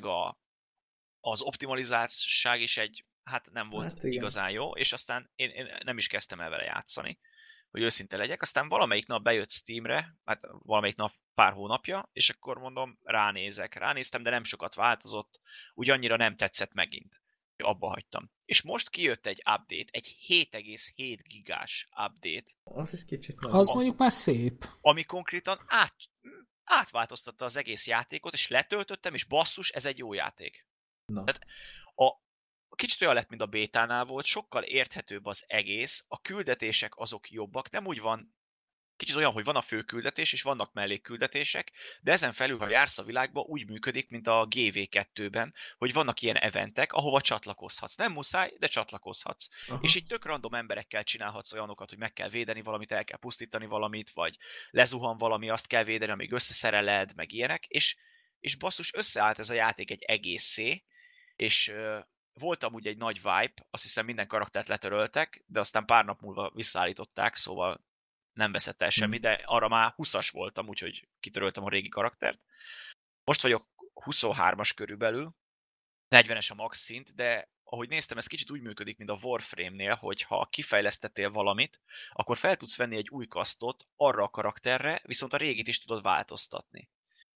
az optimalizáltság is hát nem volt igazán jó, és aztán én nem is kezdtem el vele játszani, hogy őszinte legyek. Aztán valamelyik nap bejött Steamre, hát valamelyik nap pár hónapja, és akkor mondom, ránéztem, de nem sokat változott, úgy annyira nem tetszett megint. Abba hagytam. És most kijött egy update, egy 7,7 gigás update. Az egy kicsit nagy. Az mondjuk már szép. Ami konkrétan átváltoztatta az egész játékot, és letöltöttem, és basszus, ez egy jó játék. Na. Tehát kicsit olyan lett, mint a bétánál volt, sokkal érthetőbb az egész, a küldetések azok jobbak, nem úgy van, kicsit olyan, hogy van a fő küldetés, és vannak mellékküldetések, de ezen felül, ha jársz a világba, úgy működik, mint a GV2-ben, hogy vannak ilyen eventek, ahova csatlakozhatsz. Nem muszáj, de csatlakozhatsz. Aha. És így tök random emberekkel csinálhatsz olyanokat, hogy meg kell védeni valamit, el kell pusztítani valamit, vagy lezuhan valami, azt kell védeni, amíg összeszereled, meg ilyenek, és basszus, összeállt ez a játék egy egészé, és volt amúgy egy nagy vibe, azt hiszem minden karaktert letöröltek, de aztán pár nap múlva visszaállították, szóval nem veszett el semmi, de arra már 20-as voltam, úgyhogy kitöröltem a régi karaktert. Most vagyok 23-as körülbelül, 40-es a max szint, de ahogy néztem, ez kicsit úgy működik, mint a Warframe-nél, hogy ha kifejlesztettél valamit, akkor fel tudsz venni egy új kasztot arra a karakterre, viszont a régit is tudod változtatni.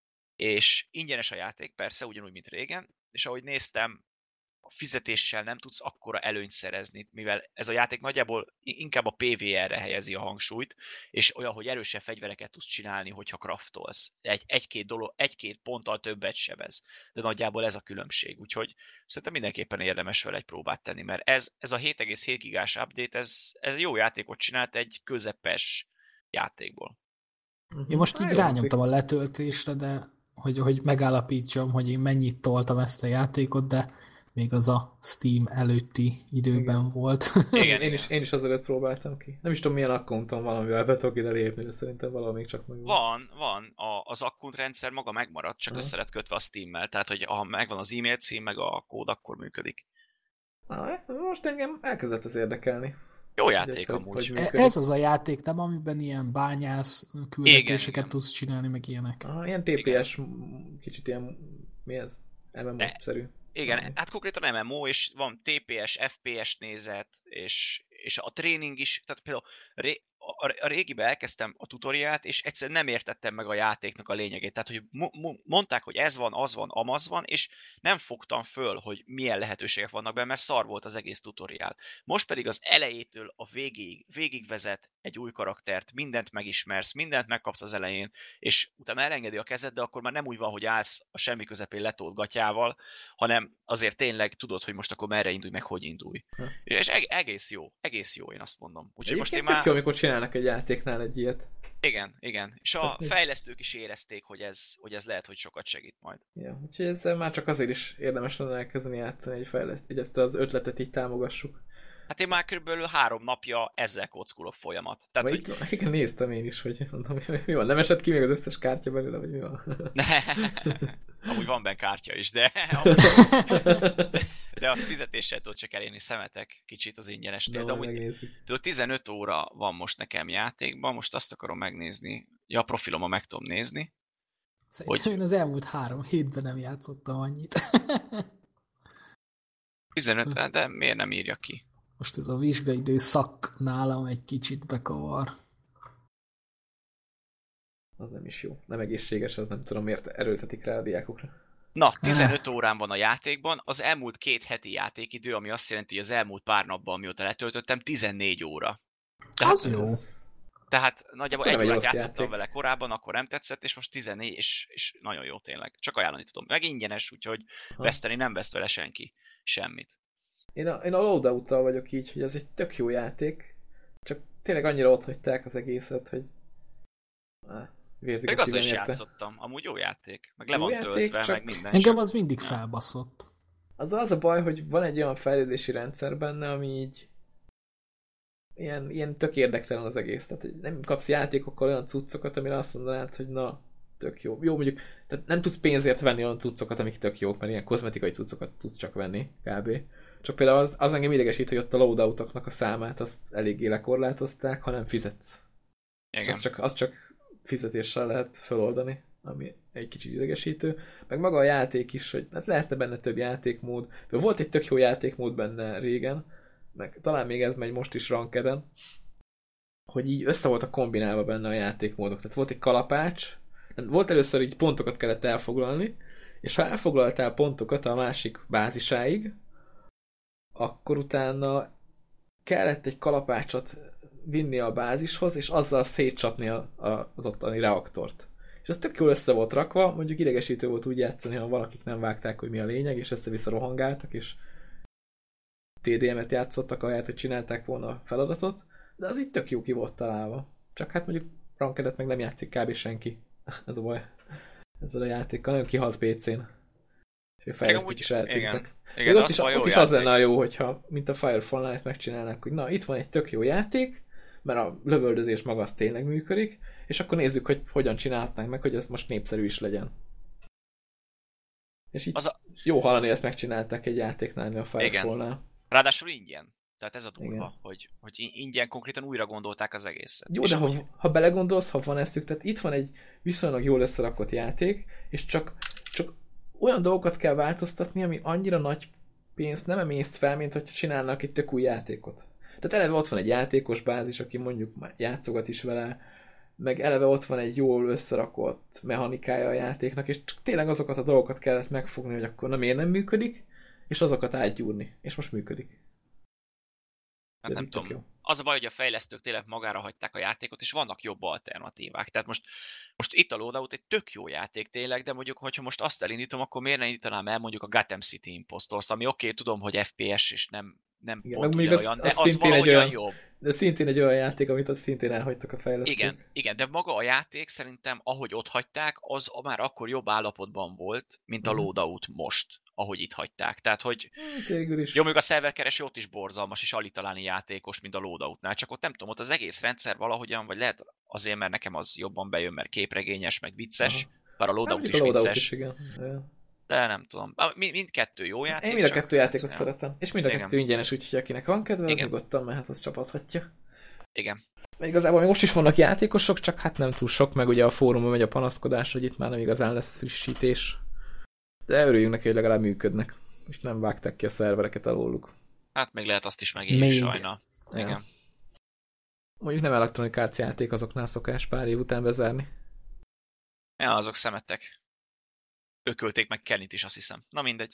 És ingyenes a játék, persze, ugyanúgy, mint régen, és ahogy néztem, a fizetéssel nem tudsz akkora előnyt szerezni, mivel ez a játék nagyjából inkább a PvE-re helyezi a hangsúlyt, és olyan, hogy erősebb fegyvereket tudsz csinálni, hogyha craftolsz. Egy-két ponttal többet sebez. De nagyjából ez a különbség. Úgyhogy szerintem mindenképpen érdemes vele egy próbát tenni, mert ez a 7,7 gigás update, ez jó játékot csinált egy közepes játékból. Én most így rányomtam a letöltésre, de hogy megállapítsam, hogy én mennyit toltam ezt a játékot, de még az a Steam előtti időben igen. volt. Igen, én is azelőtt próbáltam ki. Nem is tudom, milyen akkontom valamivel be tudok ide lépni, de szerintem valami még csak meg van. Az akkountrendszer maga megmaradt, csak össze lett kötve a Steammel. Tehát, hogy ha megvan az e-mail cím, meg a kód, akkor működik. Most engem elkezdett ez érdekelni. Jó játék amúgy. Ez az a játék, nem? Amiben ilyen bányász küldetéseket tudsz csinálni, meg ilyenek. Ilyen TPS, kicsit ilyen, mi ez? MMO-szerű. Igen, hát konkrétan MMO, és van TPS, FPS nézet, és a tréning is, tehát például a régiben elkezdtem a tutoriát, és egyszerűen nem értettem meg a játéknak a lényegét. Tehát, hogy mondták, hogy ez van, az van, amaz van, és nem fogtam föl, hogy milyen lehetőségek vannak benne, mert szar volt az egész tutoriál. Most pedig az elejétől a végigvezet egy új karaktert, mindent megismersz, mindent megkapsz az elején, és utána elengedi a kezed, de akkor már nem úgy van, hogy állsz a semmi közepén letolt gatyával, hanem azért tényleg tudod, hogy most akkor merre indulj, meg hogy indulj. És egész jó, én azt mondom. Úgyhogy most én már... jó, amikor csinálnak egy játéknál egy ilyet. Igen. És a fejlesztők is érezték, hogy ez lehet, hogy sokat segít majd. Ja, úgyhogy ezzel már csak azért is érdemes lenne elkezdeni játszani, hogy ezt az ötletet így támogassuk. Hát én már körülbelül 3 napja ezzel kockulok folyamat. Tehát, hogy... Igen, néztem én is, hogy mondom, mi van, nem esett ki még az összes kártya belőle, vagy mi van? Amúgy van benne kártya is, de azt fizetéssel tudod csak elérni, szemetek kicsit az ingyenesnél. De amúgy 15 óra van most nekem játékban, most azt akarom megnézni, a profilomon meg tudom nézni. Szerintem én az elmúlt 3 hétben nem játszottam annyit. 15, de miért nem írja ki? Most ez a vizsgaidő szak nálam egy kicsit bekavar. Az nem is jó. Nem egészséges, az nem tudom, miért erőltetik rá a diákokra. Na, 15 órán van a játékban, az elmúlt 2 heti játékidő, ami azt jelenti, hogy az elmúlt pár napban, mióta letöltöttem, 14 óra. Tehát, az jó. Tehát nagyjából egy órát játszottam vele korábban, akkor nem tetszett, és most 14, és nagyon jó tényleg. Csak ajánlani tudom. Meg ingyenes, úgyhogy veszteni nem vesz vele senki semmit. Én a Loadout-tal vagyok így, hogy ez egy tök jó játék, csak tényleg annyira otthagyták az egészet, hogy vérzik a szívem érte. Játszottam, amúgy jó játék, meg le van töltve, meg minden. Engem az mindig felbaszott. Az a baj, hogy van egy olyan fejlődési rendszer benne, ami így ilyen tök érdektelen az egész. Tehát nem kapsz játékokkal olyan cuccokat, amire azt mondanád, hogy na, tök jó. Jó, mondjuk, tehát nem tudsz pénzért venni olyan cuccokat, amik tök jók, mert ilyen kozmetikai cuccokat tudsz csak venni, kb. Csak például az engem idegesít, hogy ott a loadoutoknak a számát azt eléggé lekorlátozták, ha nem fizetsz. Igen. Az csak fizetéssel lehet feloldani, ami egy kicsit idegesítő. Meg maga a játék is, hogy hát lehetne benne több játékmód. Volt egy tök jó játékmód benne régen, meg talán még ez megy most is rankeden, hogy így össze voltak kombinálva benne a játékmódok. Tehát volt egy kalapács, volt először így pontokat kellett elfoglalni, és ha elfoglaltál pontokat a másik bázisáig, akkor utána kellett egy kalapácsot vinni a bázishoz, és azzal szétcsapni az ottani reaktort. És ez tök jól össze volt rakva, mondjuk idegesítő volt úgy játszani, ha valakik nem vágták, hogy mi a lényeg, és össze-vissza rohangáltak, és TDM-et játszottak, ahelyett, hogy csinálták volna a feladatot, de az így tök jó ki volt találva. Csak hát mondjuk rankedet meg nem játszik kb. Senki. Ez a baj. Ezzel a játékkal nagyon kihalt PC-n. És a fejlesztők is eltűntek. Igen, ott is az lenne a jó, hogyha mint a Firefall-nál ezt megcsinálnák, hogy na, itt van egy tök jó játék, mert a lövöldözés maga az tényleg működik, és akkor nézzük, hogy hogyan csinálhatnánk meg, hogy ez most népszerű is legyen. És így jó hallani, ezt megcsinálták egy játéknál, a Firefall-nál. Ráadásul ingyen. Tehát ez a durva, hogy ingyen konkrétan újra gondolták az egészet. Jó, de ha belegondolsz, ha van eszük, tehát itt van egy viszonylag jól összerakott játék, és csak olyan dolgokat kell változtatni, ami annyira nagy pénzt nem emészt fel, mint hogyha csinálnak egy tök új játékot. Tehát eleve ott van egy játékos bázis, aki mondjuk játszogat is vele, meg eleve ott van egy jól összerakott mechanikája a játéknak, és csak tényleg azokat a dolgokat kellett megfogni, hogy akkor miért nem működik, és azokat átgyúrni. És most működik. Hát nem tudom. Jó. Az a baj, hogy a fejlesztők tényleg magára hagyták a játékot, és vannak jobb alternatívák. Tehát most itt a Loadout egy tök jó játék tényleg, de mondjuk, hogyha most azt elindítom, akkor miért ne indítanám el mondjuk a Gotham City Impostors, ami oké, tudom, hogy FPS, és nem igen, pont olyan, de az valahogyan jobb. De szintén egy olyan játék, amit azt szintén elhagytak a fejlesztők. Igen, de maga a játék szerintem, ahogy ott hagyták, az már akkor jobb állapotban volt, mint a Loadout most, ahogy itt hagyták. Tehát, hogy jó, még a szerverkereső ott is borzalmas, és alig találni játékos, mint a Loadoutnál, csak ott nem tudom, ott az egész rendszer valahogyan, vagy lehet azért, mert nekem az jobban bejön, mert képregényes, meg vicces, bár a Loadout is vicces. Is, igen. De nem tudom. Mindkettő jó játék. Én mind a kettő játékot szeretem. És mind a kettő ingyenes, úgyhogy akinek van kedve, az nyugodtan mehet, az csapathatja. Igen. Igazából még most is vannak játékosok, csak hát nem túl sok, meg ugye a fórumon megy a panaszkodás, hogy itt már nem igazán lesz frissítés. De örüljünk neki, hogy legalább működnek. És nem vágták ki a szervereket alóluk. Hát még lehet azt is megéri sajna. Ja. Igen. Mondjuk nem Electronic Arts játék azoknál szokás pár év után bezárni. Ja, azok szemettek. Ökölték meg Kennyt is, azt hiszem. Na mindegy.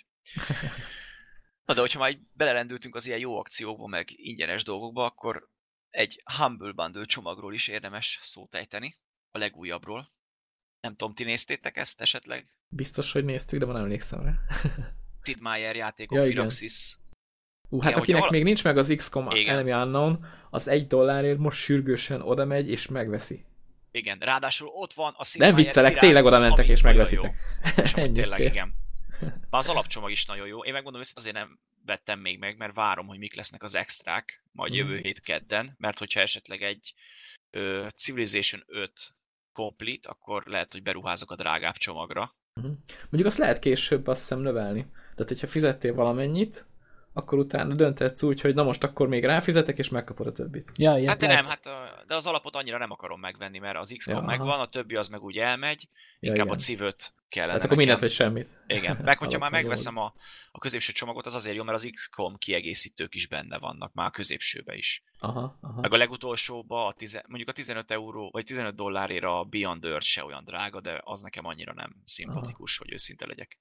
Na de hogyha már így belerendültünk az ilyen jó akciókba, meg ingyenes dolgokba, akkor egy Humble Bundle csomagról is érdemes szót ejteni. A legújabbról. Nem tudom, ti néztétek ezt esetleg? Biztos, hogy néztük, de már nem emlékszem rá. Sid Meier játékok, Ja, Firaxis. Hát igen, akinek még nincs meg az XCOM igen. Enemy Unknown, az $1 most sürgősen oda megy és megveszi. Igen, ráadásul ott van a Sid Nem Meier viccelek, Pirates, tényleg oda mentek ami és nagyon megveszitek. jó. És amúgy Ennyi tényleg, kész. igen. Már az alapcsomag is nagyon jó. Én megmondom, hogy azért nem vettem még meg, mert várom, hogy mik lesznek az extrák, majd jövő hét kedden, mert hogyha esetleg egy Civilization 5 complete, akkor lehet, hogy beruházok a drágább csomagra. Mondjuk azt lehet később azt hiszem növelni. Tehát, hogyha fizettél valamennyit, akkor utána dönthetsz úgy, hogy na most akkor még ráfizetek, és megkapod a többit. Ja, Hát de nem, de az alapot annyira nem akarom megvenni, mert az XCOM megvan, a többi az meg úgy elmegy, inkább a Civ-öt kellene. Hát akkor mindent vagy semmit. Igen, meg hogyha már megveszem a középső csomagot, az azért jó, mert az XCOM kiegészítők is benne vannak, már a középsőbe is. Aha. Meg a legutolsóba, mondjuk a 15 euró, vagy $15 a Beyond Earth se olyan drága, de az nekem annyira nem szimpatikus, hogy őszinte legyek.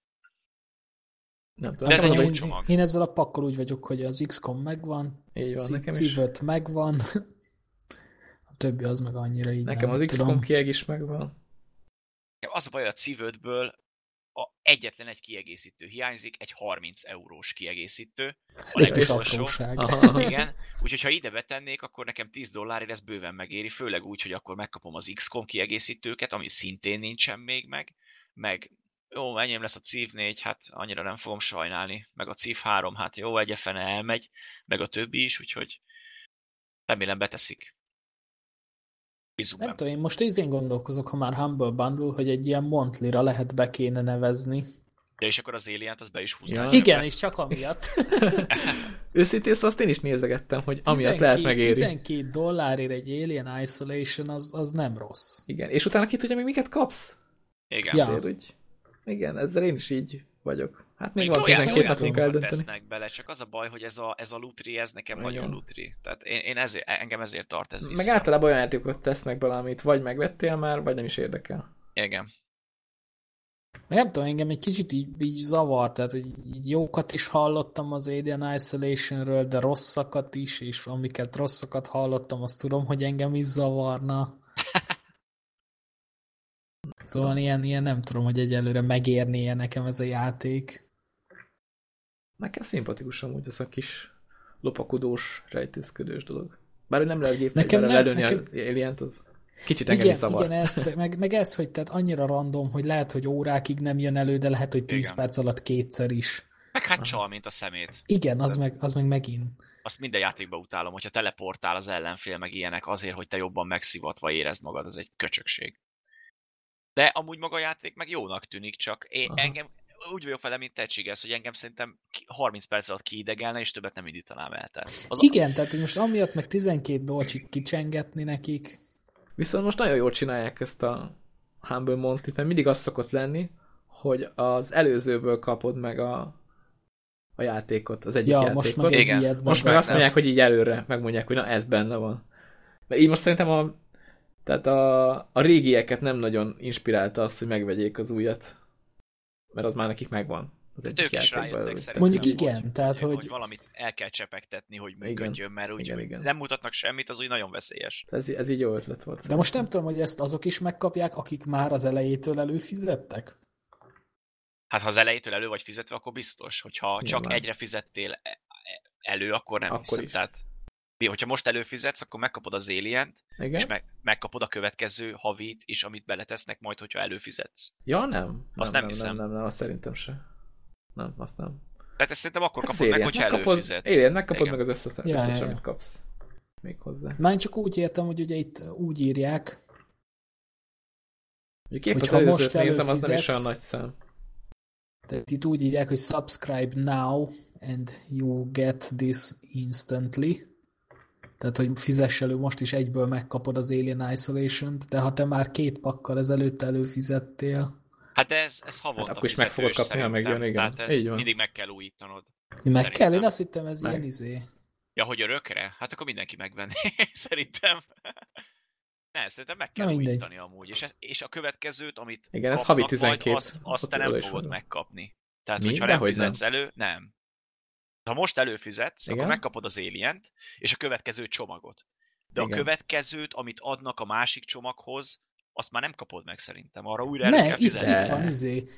Nem De ez egy jó én, csomag. én ezzel a pakkal úgy vagyok, hogy az XCOM megvan, Így van, nekem is. Civ-5 megvan, a többi az meg annyira így Nekem nem az tudom. XCOM kieg is megvan. Az a baj, a Civ-5-ből egyetlen egy kiegészítő hiányzik, egy 30 eurós kiegészítő. A Egy kis legutolsó. apróság. Igen, úgyhogy ha ide betennék, akkor nekem $10 ez bőven megéri, főleg úgy, hogy akkor megkapom az XCOM kiegészítőket, ami szintén nincsen még meg jó, enyém lesz a Civ 4, hát annyira nem fogom sajnálni, meg a Civ 3, hát jó, egyefene elmegy, meg a többi is, úgyhogy remélem beteszik. Bízunk Nem benne. tudom, én most én gondolkozok, ha már Humble Bundle, hogy egy ilyen monthly-ra lehet be kéne nevezni. Ja, és akkor az Alien-t az be is húznánk. Ja. Igen, és csak amiatt. Őszintén szóval azt én is nézegettem, hogy amiatt lehet megéri. $12 egy Alien Isolation az nem rossz. Igen, és utána ki tudja még miket kapsz? Igen. Ja. Azért úgy. Igen, ezzel én is így vagyok. Hát még Még van olyan 12 napunk játékokat eldönteni. tesznek bele, csak az a baj, hogy ez a lutri, ez nekem Igen. nagyon lutri. Tehát engem ezért tart ez vissza. Meg általában olyan játékokat tesznek bele, amit vagy megvettél már, vagy nem is érdekel. Igen. Meg nem tudom, engem egy kicsit így zavar, tehát hogy így jókat is hallottam az Alien Isolationről, de rosszakat is, és amiket rosszakat hallottam, azt tudom, hogy engem is zavarna. Szóval ilyen nem tudom, hogy egyelőre megérnie nekem ez a játék. Nekem szimpatikus amúgy ez a kis lopakodós, rejtőzködős dolog. Bár hogy nem lehet gépfegyverrel lelőni az Alien-t, az kicsit engem is zavar. Igen, ezt, meg ez, hogy tehát annyira random, hogy lehet, hogy órákig nem jön elő, de lehet, hogy 10 Igen. perc alatt kétszer is. Meg hát csal, mint a szemét. Igen, az meg megint. Azt minden játékban utálom, hogyha teleportál az ellenfél, meg ilyenek azért, hogy te jobban megszivatva érezd magad, ez egy köcsökség. De amúgy maga a játék meg jónak tűnik, csak engem úgy vagyok vele, mint tehetséges, hogy engem szerintem 30 perc alatt kiidegelne, és többet nem indítanám el. Igen, tehát hogy most amiatt meg 12 dolcsit kicsengetni nekik. Viszont most nagyon jól csinálják ezt a Humble Monthly-t, mert mindig az szokott lenni, hogy az előzőből kapod meg a játékot, az egyik játékot. Most meg egy ilyet most meg azt mondják, hogy így előre megmondják, hogy na ez benne van. Mert így most szerintem tehát a régieket nem nagyon inspirálta azt, hogy megvegyék az újat. Mert az már nekik megvan. Az egyik játékban. Mondjuk igen, tehát hogy valamit el kell csepegtetni, hogy működjön, mert úgy igen. nem mutatnak semmit, az úgy nagyon veszélyes. Ez így jó ötlet volt. De most nem tudom, hogy ezt azok is megkapják, akik már az elejétől előfizettek? Hát ha az elejétől elő vagy fizetve, akkor biztos. Hogyha csak Nyilván. egyre fizettél elő, akkor nem akkor hiszem. Is. Tehát, hogyha most előfizetsz, akkor megkapod az Alien-t, és megkapod a következő havit is, amit beletesznek majd, hogyha előfizetsz. Ja, nem. Azt nem hiszem. Nem, azt szerintem se. Nem, azt nem. Tehát ezt szerintem akkor Hát kapod meg, hogyha előfizetsz. Éljen, megkapod Igen. meg az összes, amit kapsz. Még hozzá. Már csak úgy értem, hogy ugye itt úgy írják, hogy ha most nézem, az nem is olyan nagy szám. Tehát itt úgy írják, hogy subscribe now and you get this instantly. Tehát, hogy fizess elő, most is egyből megkapod az Alien Isolation-t, de ha te már 2 pakkal ezelőtt előfizettél, Hát de ez havonta Hát akkor is meg fogod fizetős kapni, ha megjön, szerintem. igen. Tehát ezt Így van. mindig meg kell újítanod. Meg kell? Én azt hittem, ez Meg. ilyen Ja, hogy örökre? Hát akkor mindenki megvenné, szerintem. Ne, szerintem meg kell Na mindegy. újítani amúgy. És a következőt, amit Igen, ez kapnak havi 12. majd, azt Ott te nem oda is fogod van. megkapni. Tehát, Mi? hogyha nem Dehogy fizetsz elő, nem. Ha most előfizetsz, Igen. akkor megkapod az Alient, és a következő csomagot. De Igen. a következőt, amit adnak a másik csomaghoz, azt már nem kapod meg szerintem. Arra újra elő Ne, kell itt fizetni. van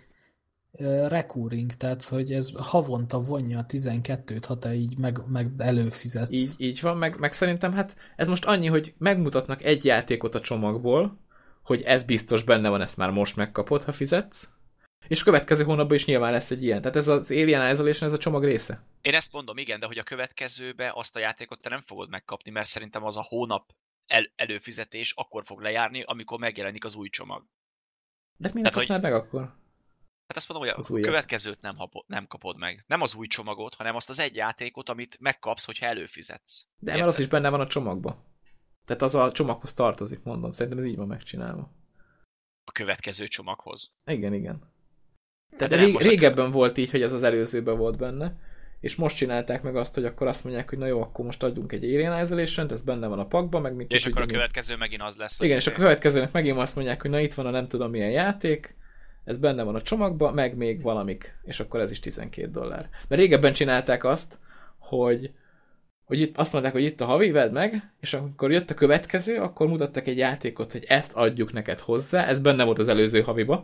recurring, tehát hogy ez havonta vonja a 12-t, ha te így meg előfizetsz. Így van, meg szerintem hát ez most annyi, hogy megmutatnak egy játékot a csomagból, hogy ez biztos benne van, ezt már most megkapod, ha fizetsz, és a következő hónapban is nyilván lesz egy ilyen. Tehát ez az Alien Isolation, ez a csomag része. Én ezt mondom, igen, de hogy a következőbe azt a játékot te nem fogod megkapni, mert szerintem az a hónap előfizetés akkor fog lejárni, amikor megjelenik az új csomag. De miért Tehát, kapnád meg akkor? Hát azt mondom, hogy Az a újat. következőt nem kapod meg. Nem az új csomagot, hanem azt az egy játékot, amit megkapsz, hogyha előfizetsz. De mert az is benne van a csomagban. Tehát az a csomaghoz tartozik, mondom. Szerintem ez így van megcsinálva. A következő csomaghoz. Igen. Tehát de nem, most régebben volt így, hogy ez az előzőben volt benne, és most csinálták meg azt, hogy akkor azt mondják, hogy na jó, akkor most adjunk egy Alien Isolation-t, ez benne van a pakban, meg mit És akkor a tudjuk, következő megint az lesz. igen, és a következőnek megint azt mondják, hogy na itt van a nem tudom milyen játék, ez benne van a csomagban, meg még valamik, és akkor ez is $12. Mert régebben csinálták azt, hogy itt azt mondták, hogy itt a havi, vedd meg, és amikor jött a következő, akkor mutattak egy játékot, hogy ezt adjuk neked hozzá, ez benne volt az előző haviba,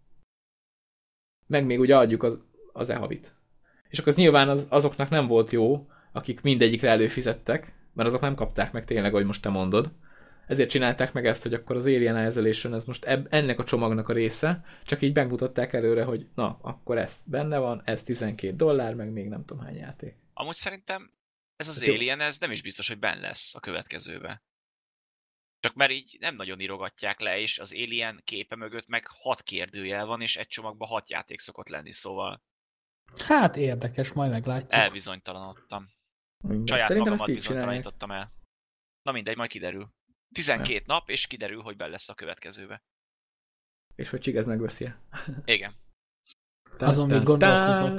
meg még ugye adjuk az e-havit. És akkor az nyilván azoknak nem volt jó, akik mindegyikre előfizettek, mert azok nem kapták meg tényleg, ahogy most te mondod. Ezért csinálták meg ezt, hogy akkor az Alien Isolation ez most ennek a csomagnak a része, csak így megmutatták előre, hogy na, akkor ez benne van, ez $12, meg még nem tudom hány játék. Amúgy szerintem ez az Hát jó. Alien, ez nem is biztos, hogy benne lesz a következőbe. Csak mert így nem nagyon írogatják le, és az Alien képe mögött meg 6 kérdőjel van, és egy csomagban 6 játék szokott lenni, szóval Hát érdekes, majd meglátjuk. elbizonytalanodtam. Saját Szerintem magamat ezt így csinálják. bizonytalanítottam el. Na mindegy, majd kiderül. 12 nap, és kiderül, hogy benne lesz a következőbe. És hogy Csigez megveszi. Igen. Azon még gondolkozok.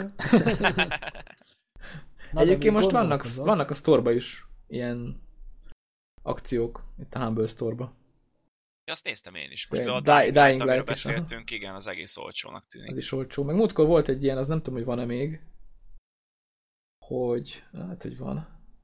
Na, Egyébként most gondolkozok. vannak a sztorba is ilyen akciók, itt a Humble Store-ba. Ja, azt néztem én is. Most De a Dying Dying Light, amiről Light is, beszéltünk, igen, az egész olcsónak tűnik. Az is olcsó. Meg múltkor volt egy ilyen, az nem tudom, hogy van-e még, hát, hogy van.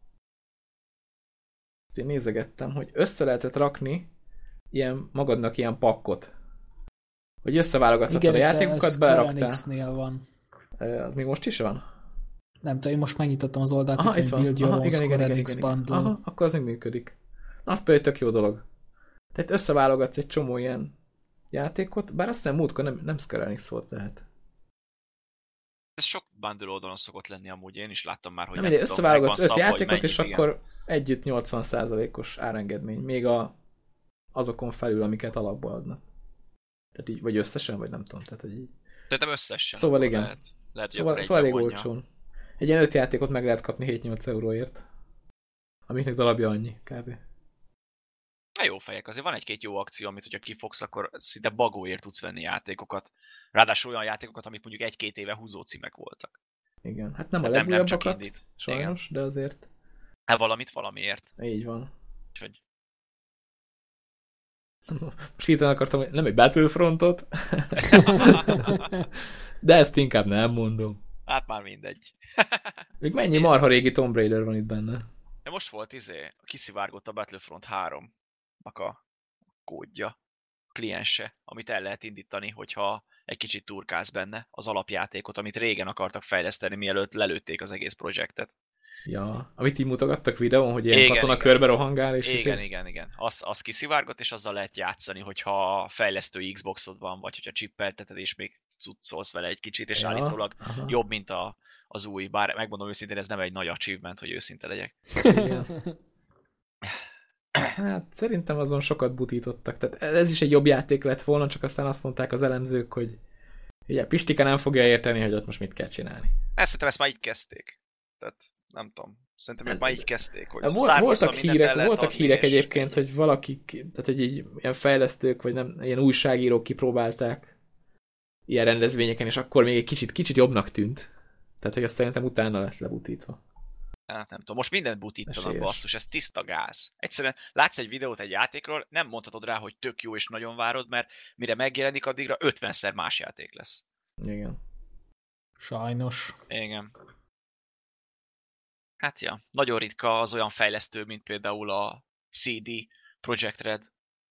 Ezt én nézegettem, hogy össze lehetett rakni magadnak ilyen pakkot. Hogy összeválogathatod a játékokat, beleraktál. Enix-nél van. Az még most is van? Nem tudom, én most megnyitottam az oldalt, Aha, itt hogy van. Build Your Own Square Enix igen. Bundle. Aha, akkor az még működik. Az például tök jó dolog. Tehát összeválogatsz egy csomó ilyen játékot, bár azt hiszem múltkor nem Square Enix volt, tehát. Ez sok bundle oldalon szokott lenni amúgy, én is láttam már, hogy Nem, összeválogatsz 5 játékot, és mennyit, akkor együtt 80%-os árengedmény. Még azokon felül, amiket alapból adnak. Tehát így, vagy összesen, vagy nem tudom. Tehát, hogy így. Szerintem összesen. Szóval igen. Lehet, Szóval elég olcsón. Egy ilyen 5 játékot meg lehet kapni 7-8 euróért. Amiknek darabja annyi, kb. Na jó fejek, azért van egy-két jó akció, amit hogyha kifogsz, akkor szinte bagóért tudsz venni játékokat. Ráadásul olyan játékokat, amik mondjuk 1-2 éve húzó címek voltak. Igen, hát nem a Hát nem legújabbakat, csak indít. sajnos, de azért Hát valamit valamiért. így van. Úgyhogy Most hirtelen akartam, hogy nem egy Battlefrontot, de ezt inkább nem mondom. hát már mindegy. Még mennyi marha régi Tomb Raider van itt benne? De most volt kiszivárgott a Battlefront 3-nak a kódja, a kliense, amit el lehet indítani, hogyha egy kicsit turkálsz benne, az alapjátékot, amit régen akartak fejleszteni, mielőtt lelőtték az egész projektet. Ja, amit így mutogattak videón, hogy ilyen katona körbe rohangál, és Igen. Azt kiszivárgott, és azzal lehet játszani, hogyha fejlesztői Xboxod van, vagy hogyha csippelteted, és még cuccolsz vele egy kicsit, és állítólag jobb, mint az új. Bár megmondom őszintén, ez nem egy nagy achievement, hogy őszinte legyek. Igen. Hát szerintem azon sokat butítottak. Tehát ez is egy jobb játék lett volna, csak aztán azt mondták az elemzők, hogy ugye Pistika nem fogja érteni, hogy ott most mit kell csinálni. Szerintem ezt már így kezdték. Tehát nem tudom. Szerintem ők már így kezdték, hogy voltak hírek egyébként, hogy valakik, tehát hogy így ilyen fejlesztők, vagy nem, ilyen újságírók kipróbálták ilyen rendezvényeken, és akkor még egy kicsit jobbnak tűnt. Tehát, hogy ezt szerintem utána lett lebutítva. Hát nem tudom, most mindent butítanak, Esélyes. basszus, ez tiszta gáz. Egyszerűen látsz egy videót egy játékról, nem mondhatod rá, hogy tök jó és nagyon várod, mert mire megjelenik, addigra 50-szer más játék lesz. Igen. Sajnos. Igen. Hát ja, nagyon ritka az olyan fejlesztő, mint például a CD Projekt Red.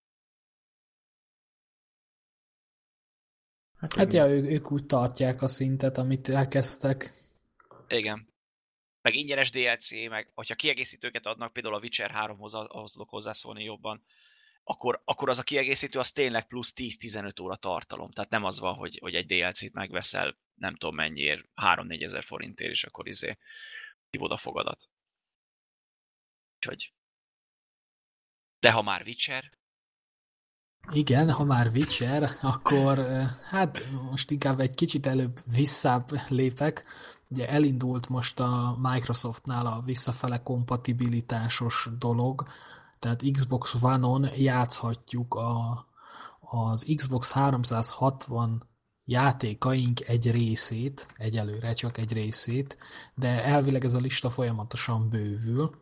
Hát ja, ők úgy tartják a szintet, amit elkezdtek. Igen. Meg ingyenes DLC, meg hogyha kiegészítőket adnak, például a Witcher 3-hoz, ahhoz tudok hozzászólni jobban, akkor az a kiegészítő az tényleg plusz 10-15 óra tartalom. Tehát nem az van, hogy egy DLC-t megveszel, nem tudom mennyiért, 3-4 ezer forintért, és akkor szívod a fogadat. Úgyhogy. De ha már Witcher, Igen, ha már Witcher, akkor hát most inkább egy kicsit előbb visszább lépek. Ugye elindult most a Microsoftnál a visszafele kompatibilitásos dolog, tehát Xbox One-on játszhatjuk az Xbox 360 játékaink egy részét, egyelőre csak egy részét, de elvileg ez a lista folyamatosan bővül.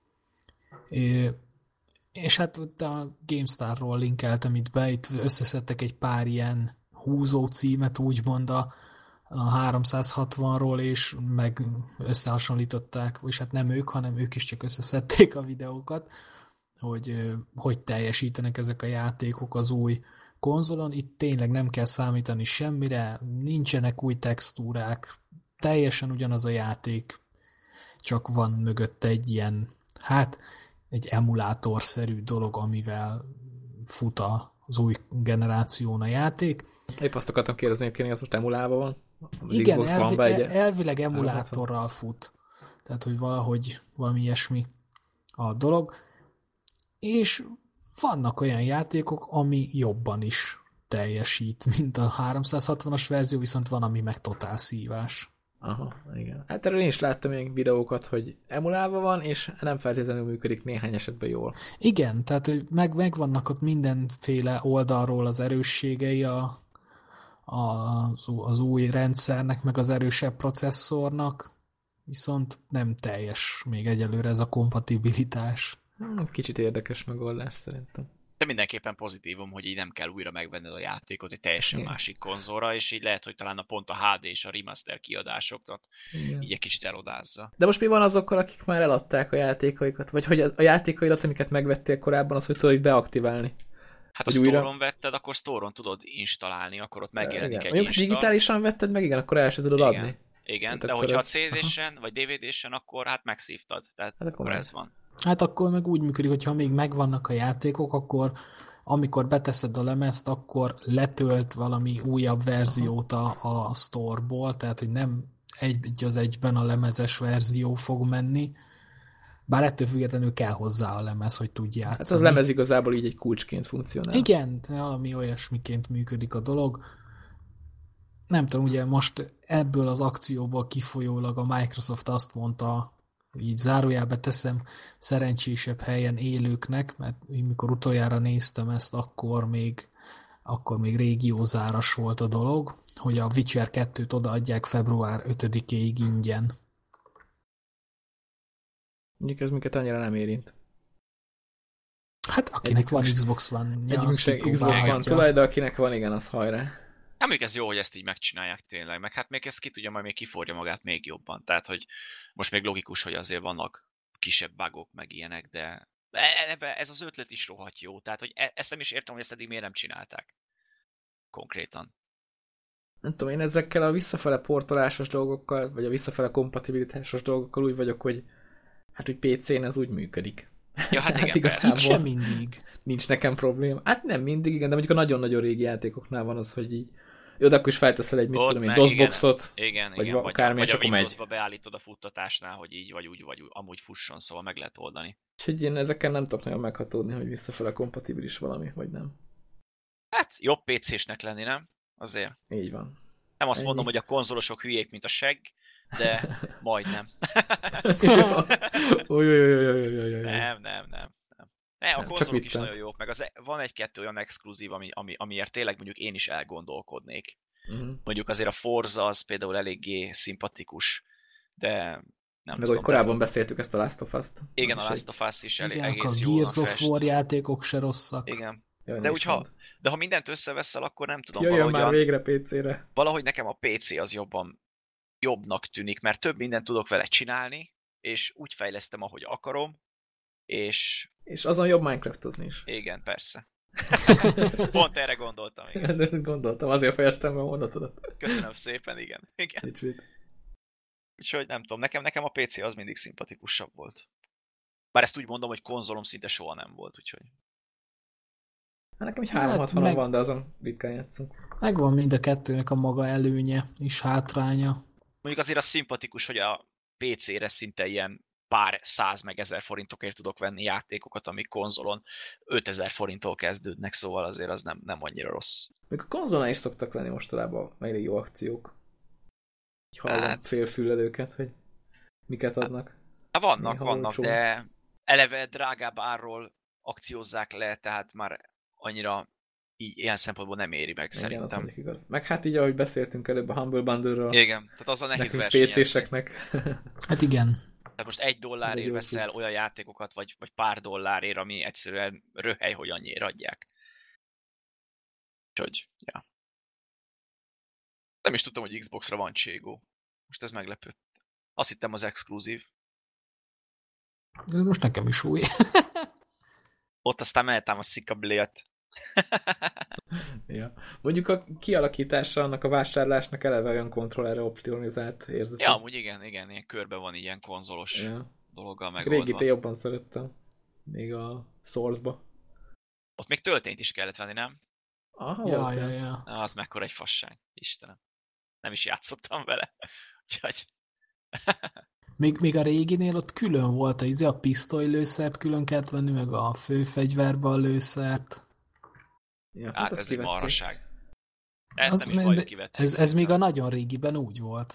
És hát ott a GameStar-ról linkeltem itt be, itt összeszedtek egy pár ilyen húzó címet, úgymond a 360-ról, és meg összehasonlították, és hát nem ők, hanem ők is csak összeszedték a videókat, hogy teljesítenek ezek a játékok az új konzolon. Itt tényleg nem kell számítani semmire, nincsenek új textúrák, teljesen ugyanaz a játék, csak van mögötte egy ilyen, hát egy emulátorszerű dolog, amivel fut az új generáción a játék. Épp azt akartam kérdezni, hogy az most emulálva van? Az Igen, Xbox One-ba elvileg emulátorral fut. Tehát, hogy valahogy valami ilyesmi a dolog. És vannak olyan játékok, ami jobban is teljesít, mint a 360-as verzió, viszont van, ami meg totál szívás. Aha, igen. Hát erről én is láttam még videókat, hogy emulálva van, és nem feltétlenül működik néhány esetben jól. Igen, tehát hogy megvannak ott mindenféle oldalról az erősségei az új rendszernek, meg az erősebb processzornak, viszont nem teljes még egyelőre ez a kompatibilitás. Kicsit érdekes megoldás szerintem. de mindenképpen pozitívum, hogy így nem kell újra megvenned a játékot egy teljesen másik konzolra, és így lehet, hogy talán pont a HD és a remaster kiadásokat így egy kicsit elodázza. De most mi van azokkal, akik már eladták a játékaikat? Vagy hogy a játékaidat, amiket megvettél korábban, az hogy tudod így beaktiválni? Hát ha Store-on vetted, akkor Store-on tudod installálni, akkor ott megjelenik egy install. Digitálisan vetted meg, igen, akkor el sem tudod adni. Igen, hát de hogyha a CD-sen vagy DVD-sen, akkor hát megszívtad. Tehát hát akkor ez van. Hát akkor meg úgy működik, hogy ha még megvannak a játékok, akkor amikor beteszed a lemezt, akkor letölt valami újabb verziót a Store-ból, tehát hogy nem egy az egyben a lemezes verzió fog menni, bár ettől függetlenül kell hozzá a lemez, hogy tudj játszani. Hát az lemez igazából így egy kulcsként funkcionál. Igen, valami olyasmiként működik a dolog. Nem tudom, ugye most ebből az akcióból kifolyólag a Microsoft azt mondta, így zárójelbe teszem, szerencsésebb helyen élőknek, mert mikor utoljára néztem ezt, akkor még régiózáras volt a dolog, hogy a Witcher 2-t odaadják február 5-éig ingyen. Mondjuk ez minket annyira nem érint. Hát akinek van Xbox One-ja, az Xbox One tulaj, de akinek van, igen, az hajrá. Nem, még ez jó, hogy ezt így megcsinálják tényleg, meg hát még ezt ki tudja, majd még kiforja magát még jobban. Tehát, hogy most még logikus, hogy azért vannak kisebb bugok, meg ilyenek, de ez az ötlet is rohadt jó. Tehát, hogy ezt nem is értem, hogy ezt eddig miért nem csinálták. Konkrétan. Nem tudom, én ezekkel a visszafele portolásos dolgokkal, vagy a visszafele kompatibilitásos dolgokkal úgy vagyok, hogy hát, hogy PC-n ez úgy működik. Ja, hát igen, igazából sem mindig. Nincs nekem probléma. Hát nem mindig, igen, de mondjuk a nagyon-nagyon régi játékoknál van az, hogy így jó, de akkor is felteszel egy, mit tudom én, DOS-boxot, vagy akármi, és akkor megy. Vagy a Windowsba beállítod a futtatásnál, hogy így, vagy úgy, vagy amúgy fusson, szóval meg lehet oldani. Úgyhogy én ezeken nem tudok nagyon meghatódni, hogy visszafele kompatibilis valami, vagy nem. Hát jobb PC-snek lenni, nem? Azért. Így van. Nem azt mondom, hogy a konzolosok hülyék, mint a segg, de majdnem. Nem. Ne, a konzolok is nagyon jók, meg van egy-kettő olyan exkluzív, amiért tényleg mondjuk én is elgondolkodnék. Mondjuk azért a Forza az például eléggé szimpatikus, de nem meg tudom. hogy korábban beszéltük ezt a Last of Us-t. Igen, a Last of Us is igen, egész a jól Gears of fest. War játékok se rosszak. Igen. Jaj, De ha mindent összeveszel, akkor nem tudom, jöjjön már végre PC-re. Valahogy nekem a PC az jobbnak tűnik, mert több mindent tudok vele csinálni, és úgy fejlesztem, ahogy akarom, és azon jobb Minecraftozni is. igen, persze. Pont erre gondoltam, igen. De gondoltam, azért fejeztem be a mondatodat. Köszönöm szépen, igen. Úgyhogy nem tudom, nekem a PC az mindig szimpatikusabb volt. Bár ezt úgy mondom, hogy konzolom szinte soha nem volt, úgyhogy... Hát nekem egy 360 van, de azon ritkán játszunk. Megvan mind a kettőnek a maga előnye és hátránya. Mondjuk azért az szimpatikus, hogy a PC-re szinte ilyen pár 100 meg 1000 forintokért tudok venni játékokat, amik konzolon 5000 forinttól kezdődnek, szóval azért az nem annyira rossz. Még a konzolon is szoktak lenni mostanában elég jó akciók. Így hallom félfülelőket, hogy miket adnak. Hát vannak, de eleve drágább árról akciózzák le, tehát már annyira így ilyen szempontból nem éri meg, igen, szerintem. Az igaz. Meg hát így, ahogy beszéltünk előbb a Humble Bundle-ről. Igen, tehát az a nehéz versenyezni. PC-seknek. Hát igen. Tehát most $1 veszel olyan játékokat, vagy pár dollárért, ami egyszerűen röhely, hogy annyiért adják. Úgyhogy, ja. Nem is tudtam, hogy Xbox-ra van Cségó. Most ez meglepett. Azt hittem az exkluzív. Ez most nekem is új. Ott aztán mehetám a szikablélet. Ja. Mondjuk a kialakítása annak a vásárlásnak eleve olyan kontrollerre optimizált érzete. Ja, amúgy igen, ilyen körbe van ilyen konzolos dologgal megoldva. Régit én jobban szerettem. Még a Source-ba. Ott még töltényt is kellett venni, nem? Aha, Ja. Az mekkora egy fasság. Istenem. Nem is játszottam vele. Úgyhogy... Még a réginél ott külön volt a pisztolylőszert külön kellett venni, meg a főfegyverbe a lőszert. Ja, hát ez egy marhaság. Ezt nem is baj, kivették. Ez még a nagyon régiben úgy volt.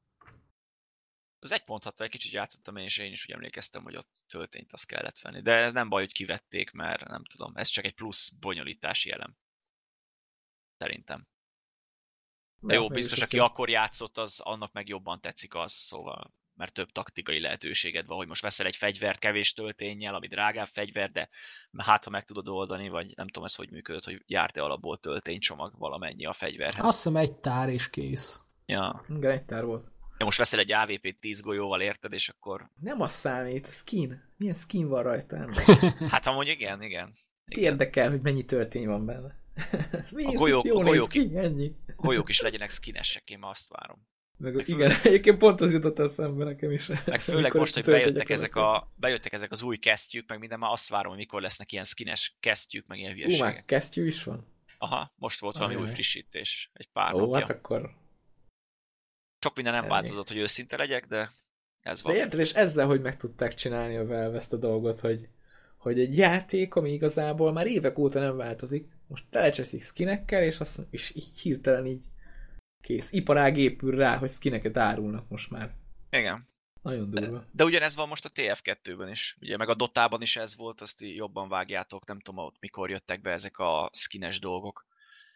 Az 1.6-tal egy kicsit játszottam én is úgy emlékeztem, hogy ott töltényt azt kellett venni. De nem baj, hogy kivették, mert nem tudom, ez csak egy plusz bonyolítási elem. Szerintem. De jó, biztos, aki akkor játszott, az annak meg jobban tetszik az, szóval, mert több taktikai lehetőséged van, hogy most veszel egy fegyvert kevés tölténnyel, ami drágább fegyver, de hát ha meg tudod oldani, vagy nem tudom ez hogy működött, hogy járt-e alapból tölténycsomag valamennyi a fegyverhez. Azt hiszem egy tár és kész. Ja. Igen, egy tár volt. Ja, most veszel egy AVP-t 10 golyóval, érted, és akkor... Nem az számít, skin. Milyen skin van rajta? Hát amúgy igen. Érdekel, hogy mennyi töltény van benne. A golyók is legyenek skinesek, én ma azt várom. Igen, egyébként pont az jutott eszembe nekem is. Meg főleg most, hogy bejöttek ezek az új kesztyűk, meg minden, már azt várom, hogy mikor lesznek ilyen skines kesztyűk, meg ilyen hülyeségek. Már kesztyű is van? Aha, most volt valami új frissítés. Egy pár napja. Hát akkor... Sok minden nem változott, hogy őszinte legyek, de ez van. De érted, és ezzel, hogy meg tudták csinálni a Valve ezt a dolgot, hogy egy játék, ami igazából már évek óta nem változik, most telecseszik skinekkel, és így hirtelen így kész. Iparág épül rá, hogy skineket árulnak most már. Igen. Nagyon durva. De ugyanez van most a TF2-ben is. Ugye meg a Dotában is ez volt, azt jobban vágjátok, nem tudom ott mikor jöttek be ezek a skines dolgok.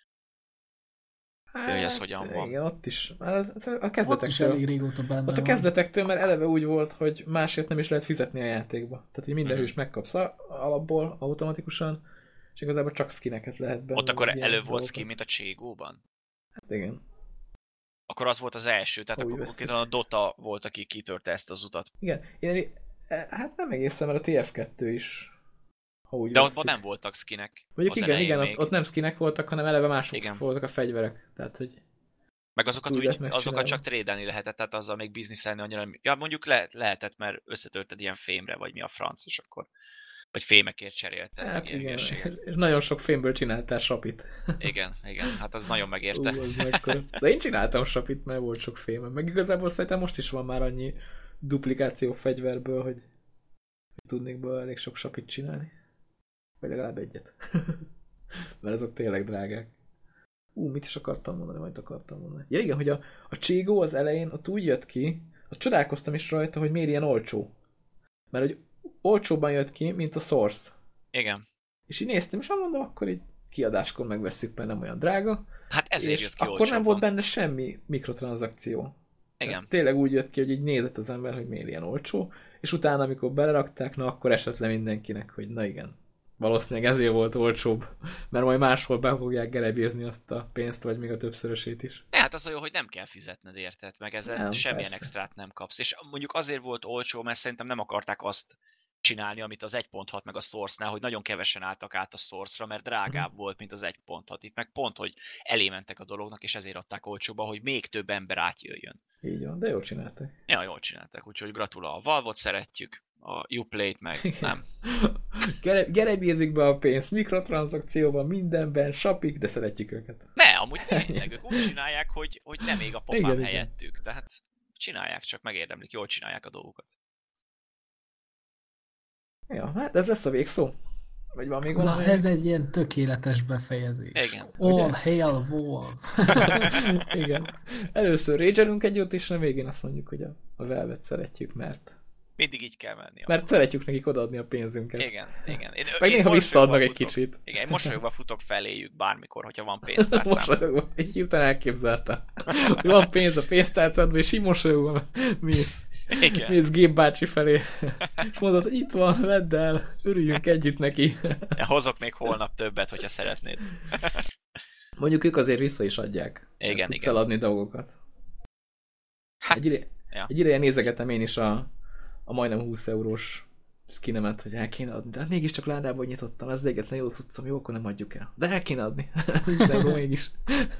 Hát, hogy ez hogyan van. Igen, ott is. A kezdetektől. Ott is elég régóta benne ott a kezdetektől, mert eleve úgy volt, hogy másért nem is lehet fizetni a játékba. Tehát, hogy minden hős megkapsz alapból, automatikusan, és igazából csak skineket lehet benne. Ott akkor előbb volt skin, mint a Cségóban? Hát igen. Akkor az volt az első, tehát akkor konkrétan a Dota volt, aki kitörte ezt az utat. Igen. Hát nem egészen, mert a TF2 is. De ott nem voltak skinek. Mondjuk igen, ott nem skinek voltak, hanem eleve mások voltak a fegyverek. Tehát, hogy meg azokat csak trédelni lehetett, tehát azzal még bizniszelni annyira. Ja, mondjuk lehetett, mert összetörted ilyen fémre, vagy mi a franc, és akkor vagy fémekért cserélted. Hát igen, és nagyon sok fémből csináltál sapit. Igen, hát az nagyon megérte. De én csináltam sapit, mert volt sok fémem. Meg igazából szerintem most is van már annyi duplikáció fegyverből, hogy tudnék belőle elég sok sapit csinálni. Vagy legalább egyet. Mert azok tényleg drágák. Mit is akartam mondani, Ja igen, hogy a Cségó az elején ott úgy jött ki, csodálkoztam is rajta, hogy miért ilyen olcsó. Mert hogy olcsóban jött ki, mint a Source. Igen. És így néztem, és mondom, akkor így kiadáskor megvesszük, mert nem olyan drága. Hát ezért és jött ki akkor olcsóbban. nem volt benne semmi mikrotranszakció. Igen. Tehát tényleg úgy jött ki, hogy így nézett az ember, hogy miért ilyen olcsó, és utána, amikor belerakták, na akkor esett le mindenkinek, hogy na igen, valószínűleg ezért volt olcsóbb, mert majd máshol be fogják gerebézni azt a pénzt, vagy még a többszörösét is. Hát az olyan, hogy nem kell fizetned, érted? Meg ezzel Nem, semmilyen persze. extrát nem kapsz. És mondjuk azért volt olcsó, mert szerintem nem akarták azt csinálni, amit az 1.6 meg a Source-nál, hogy nagyon kevesen álltak át a Source-ra, mert drágább volt, mint az 1.6. Itt meg pont, hogy elémentek a dolognak, és ezért adták olcsóba, hogy még több ember átjöjjön. Így van, de jól csináltak. Ja, jól csináltak, úgyhogy gratulál. A Valve-ot szeretjük, a Uplay-t meg nem. Gerebézik be a pénzt, mikrotranszakcióban, mindenben, sapik, de szeretjük őket. Ne, amúgy tényleg, ők úgy csinálják, hogy nem ég a pofám Igen, helyettük. Tehát csinálják, csak megérdemlik, jól csinálják a dolgokat. Ja, hát ez lesz a végszó. Vagy van még Na, valami? ez egy ilyen tökéletes befejezés. Igen. All Ugye? hail Valve. Igen. Először rage-elünk egy jót, és a végén azt mondjuk, hogy a Velvet szeretjük, mert Mindig így kell menni. mert szeretjük nekik odaadni a pénzünket. Igen. Én Meg néha mosolyogva visszaadnak egy futok. kicsit. Igen, én mosolyogva futok feléjük bármikor, hogyha van pénztárcám. Mosolyogva. Így hirtelen elképzeltem. Hogy van pénz a pénztárcádban, és így mosolyogva mész. Igen. Mész Gép bácsi felé. És mondod, hogy itt van, vedd el, örüljünk együtt neki. Én hozok még holnap többet, hogyha szeretnéd. Mondjuk ők azért vissza is adják. Igen, tudsz igen. eladni dolgokat. Hát, Egy ideje nézegetem én is a majdnem 20 eurós skinemet, hogy el kéne adni. De hát mégiscsak ládából nyitottam, ez egyetlen jó cuccom, jó, akkor nem adjuk el. De el kéne adni. 20 euró mégis.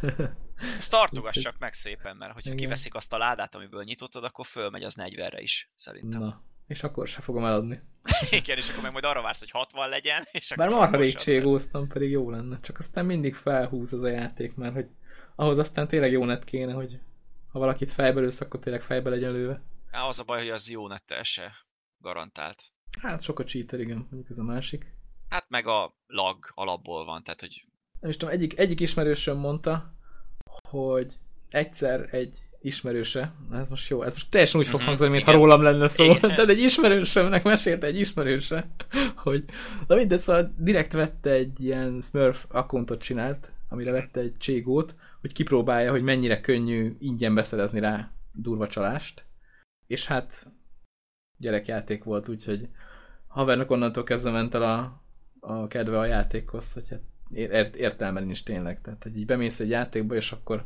ezt tartogass csak meg szépen, mert hogyha Igen. kiveszik azt a ládát, amiből nyitottad, akkor fölmegy az 40-re is, szerintem. Na, és akkor se fogom eladni. Igen, és akkor meg majd arra vársz, hogy 60 legyen, és akkor Bár marha rég mossad le. cségóztam, pedig jó lenne. Csak aztán mindig felhúz az a játék, mert hogy ahhoz aztán tényleg jó net kéne, hogy ha valakit fejbe lősz, akkor tényleg fejbe legyen lőve. Á, az a baj, hogy az jó nettel se garantált. Hát sok a cheater, igen, mondjuk ez a másik. Hát meg a lag alapból van, tehát hogy Nem is tudom, egyik ismerősöm mondta, hogy egyszer egy ismerőse, ez most jó, ez most teljesen úgy fog hangzani, mintha igen. rólam lenne szó, Igen. tehát egy ismerősömnek mesélte egy ismerőse, hogy na mindegy, szóval direkt vette egy ilyen Smurf accountot csinált, amire vette egy cségót, hogy kipróbálja, hogy mennyire könnyű ingyen beszerezni rá durva csalást, és hát gyerekjáték volt, úgyhogy havernak onnantól kezdve ment el a kedve a játékhoz, hogy hát értelme nincs tényleg. Tehát, hogy így bemész egy játékba, és akkor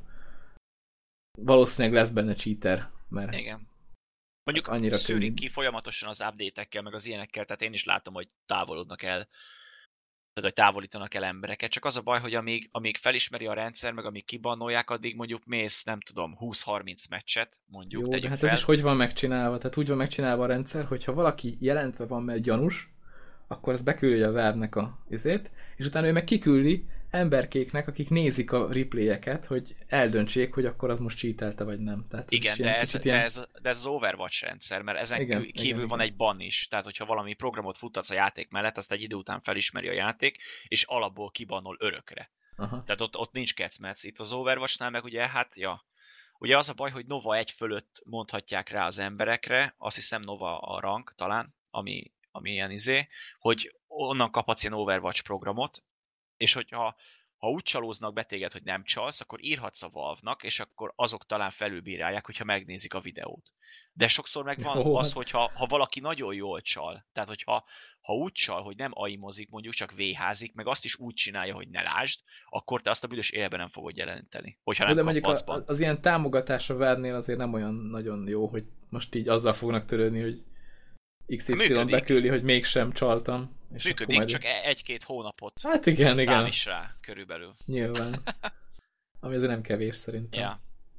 valószínűleg lesz benne cheater, mert igen. Mondjuk annyira szűrik könnyű. ki folyamatosan az update-ekkel, meg az ilyenekkel, tehát én is látom, hogy távolodnak el, tehát hogy távolítanak el embereket, csak az a baj, hogy amíg felismeri a rendszer, meg amíg kibannolják, addig mondjuk mész, nem tudom, 20-30 meccset, mondjuk, jó, de tegyük hát fel. ez is hogy van megcsinálva? Tehát úgy van megcsinálva a rendszer, hogy ha valaki jelentve van, mert gyanús, akkor az beküldi a Valve-nek a izét, és utána ő meg kiküldi emberkéknek, akik nézik a replayeket, hogy eldöntsék, hogy akkor az most cheatelte vagy nem. Tehát ez Igen, is ilyen kicsit ilyen... de ez az Overwatch rendszer, mert ezen Igen, kívül igen, van igen. egy ban is, tehát hogyha valami programot futtatsz a játék mellett, azt egy idő után felismeri a játék, és alapból kibannol örökre. Aha. Tehát ott nincs kecmec. Itt az Overwatchnál meg ugye, hát ja, ugye az a baj, hogy Nova 1 fölött mondhatják rá az emberekre, azt hiszem Nova a rank talán, ami ilyen hogy onnan kaphatsz ilyen Overwatch programot, és hogyha úgy csalóznak be téged, hogy nem csalsz, akkor írhatsz a Valve-nak, és akkor azok talán felülbírálják, hogyha megnézik a videót. De sokszor meg van Jó, az, hát- hogy ha valaki nagyon jól csal, tehát hogyha úgy csal, hogy nem aimozik, mondjuk csak véházik, meg azt is úgy csinálja, hogy ne lásd, akkor te azt a büdös élben nem fogod jelenteni. Hogyha nem De mondjuk kaphatsz bant. az ilyen támogatás a Valve-nél azért nem olyan nagyon jó, hogy most így azzal fognak törődni, hogy XY Működik. beküldi, hogy mégsem csaltam. És Működik, akkor majd... csak egy-két hónapot Hát igen, tál is rá, körülbelül. nyilván. Ami azért nem kevés szerintem. Ja.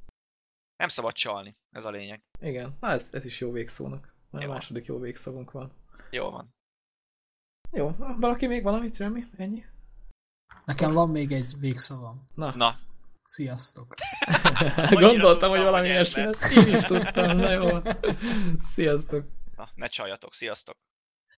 Nem szabad csalni, ez a lényeg. Igen, na ez is jó végszónak. Már a Jó. második jó végszavunk van. Jól van. Jó, valaki még valamit, Remi? Ennyi? Nekem van még egy végszavam. Na, Sziasztok! Gondoltam, hogy tudtam, valami hogy ez ilyesmi lesz. lesz. Én is tudtam, na jó. Sziasztok! na, ne csaljatok, sziasztok!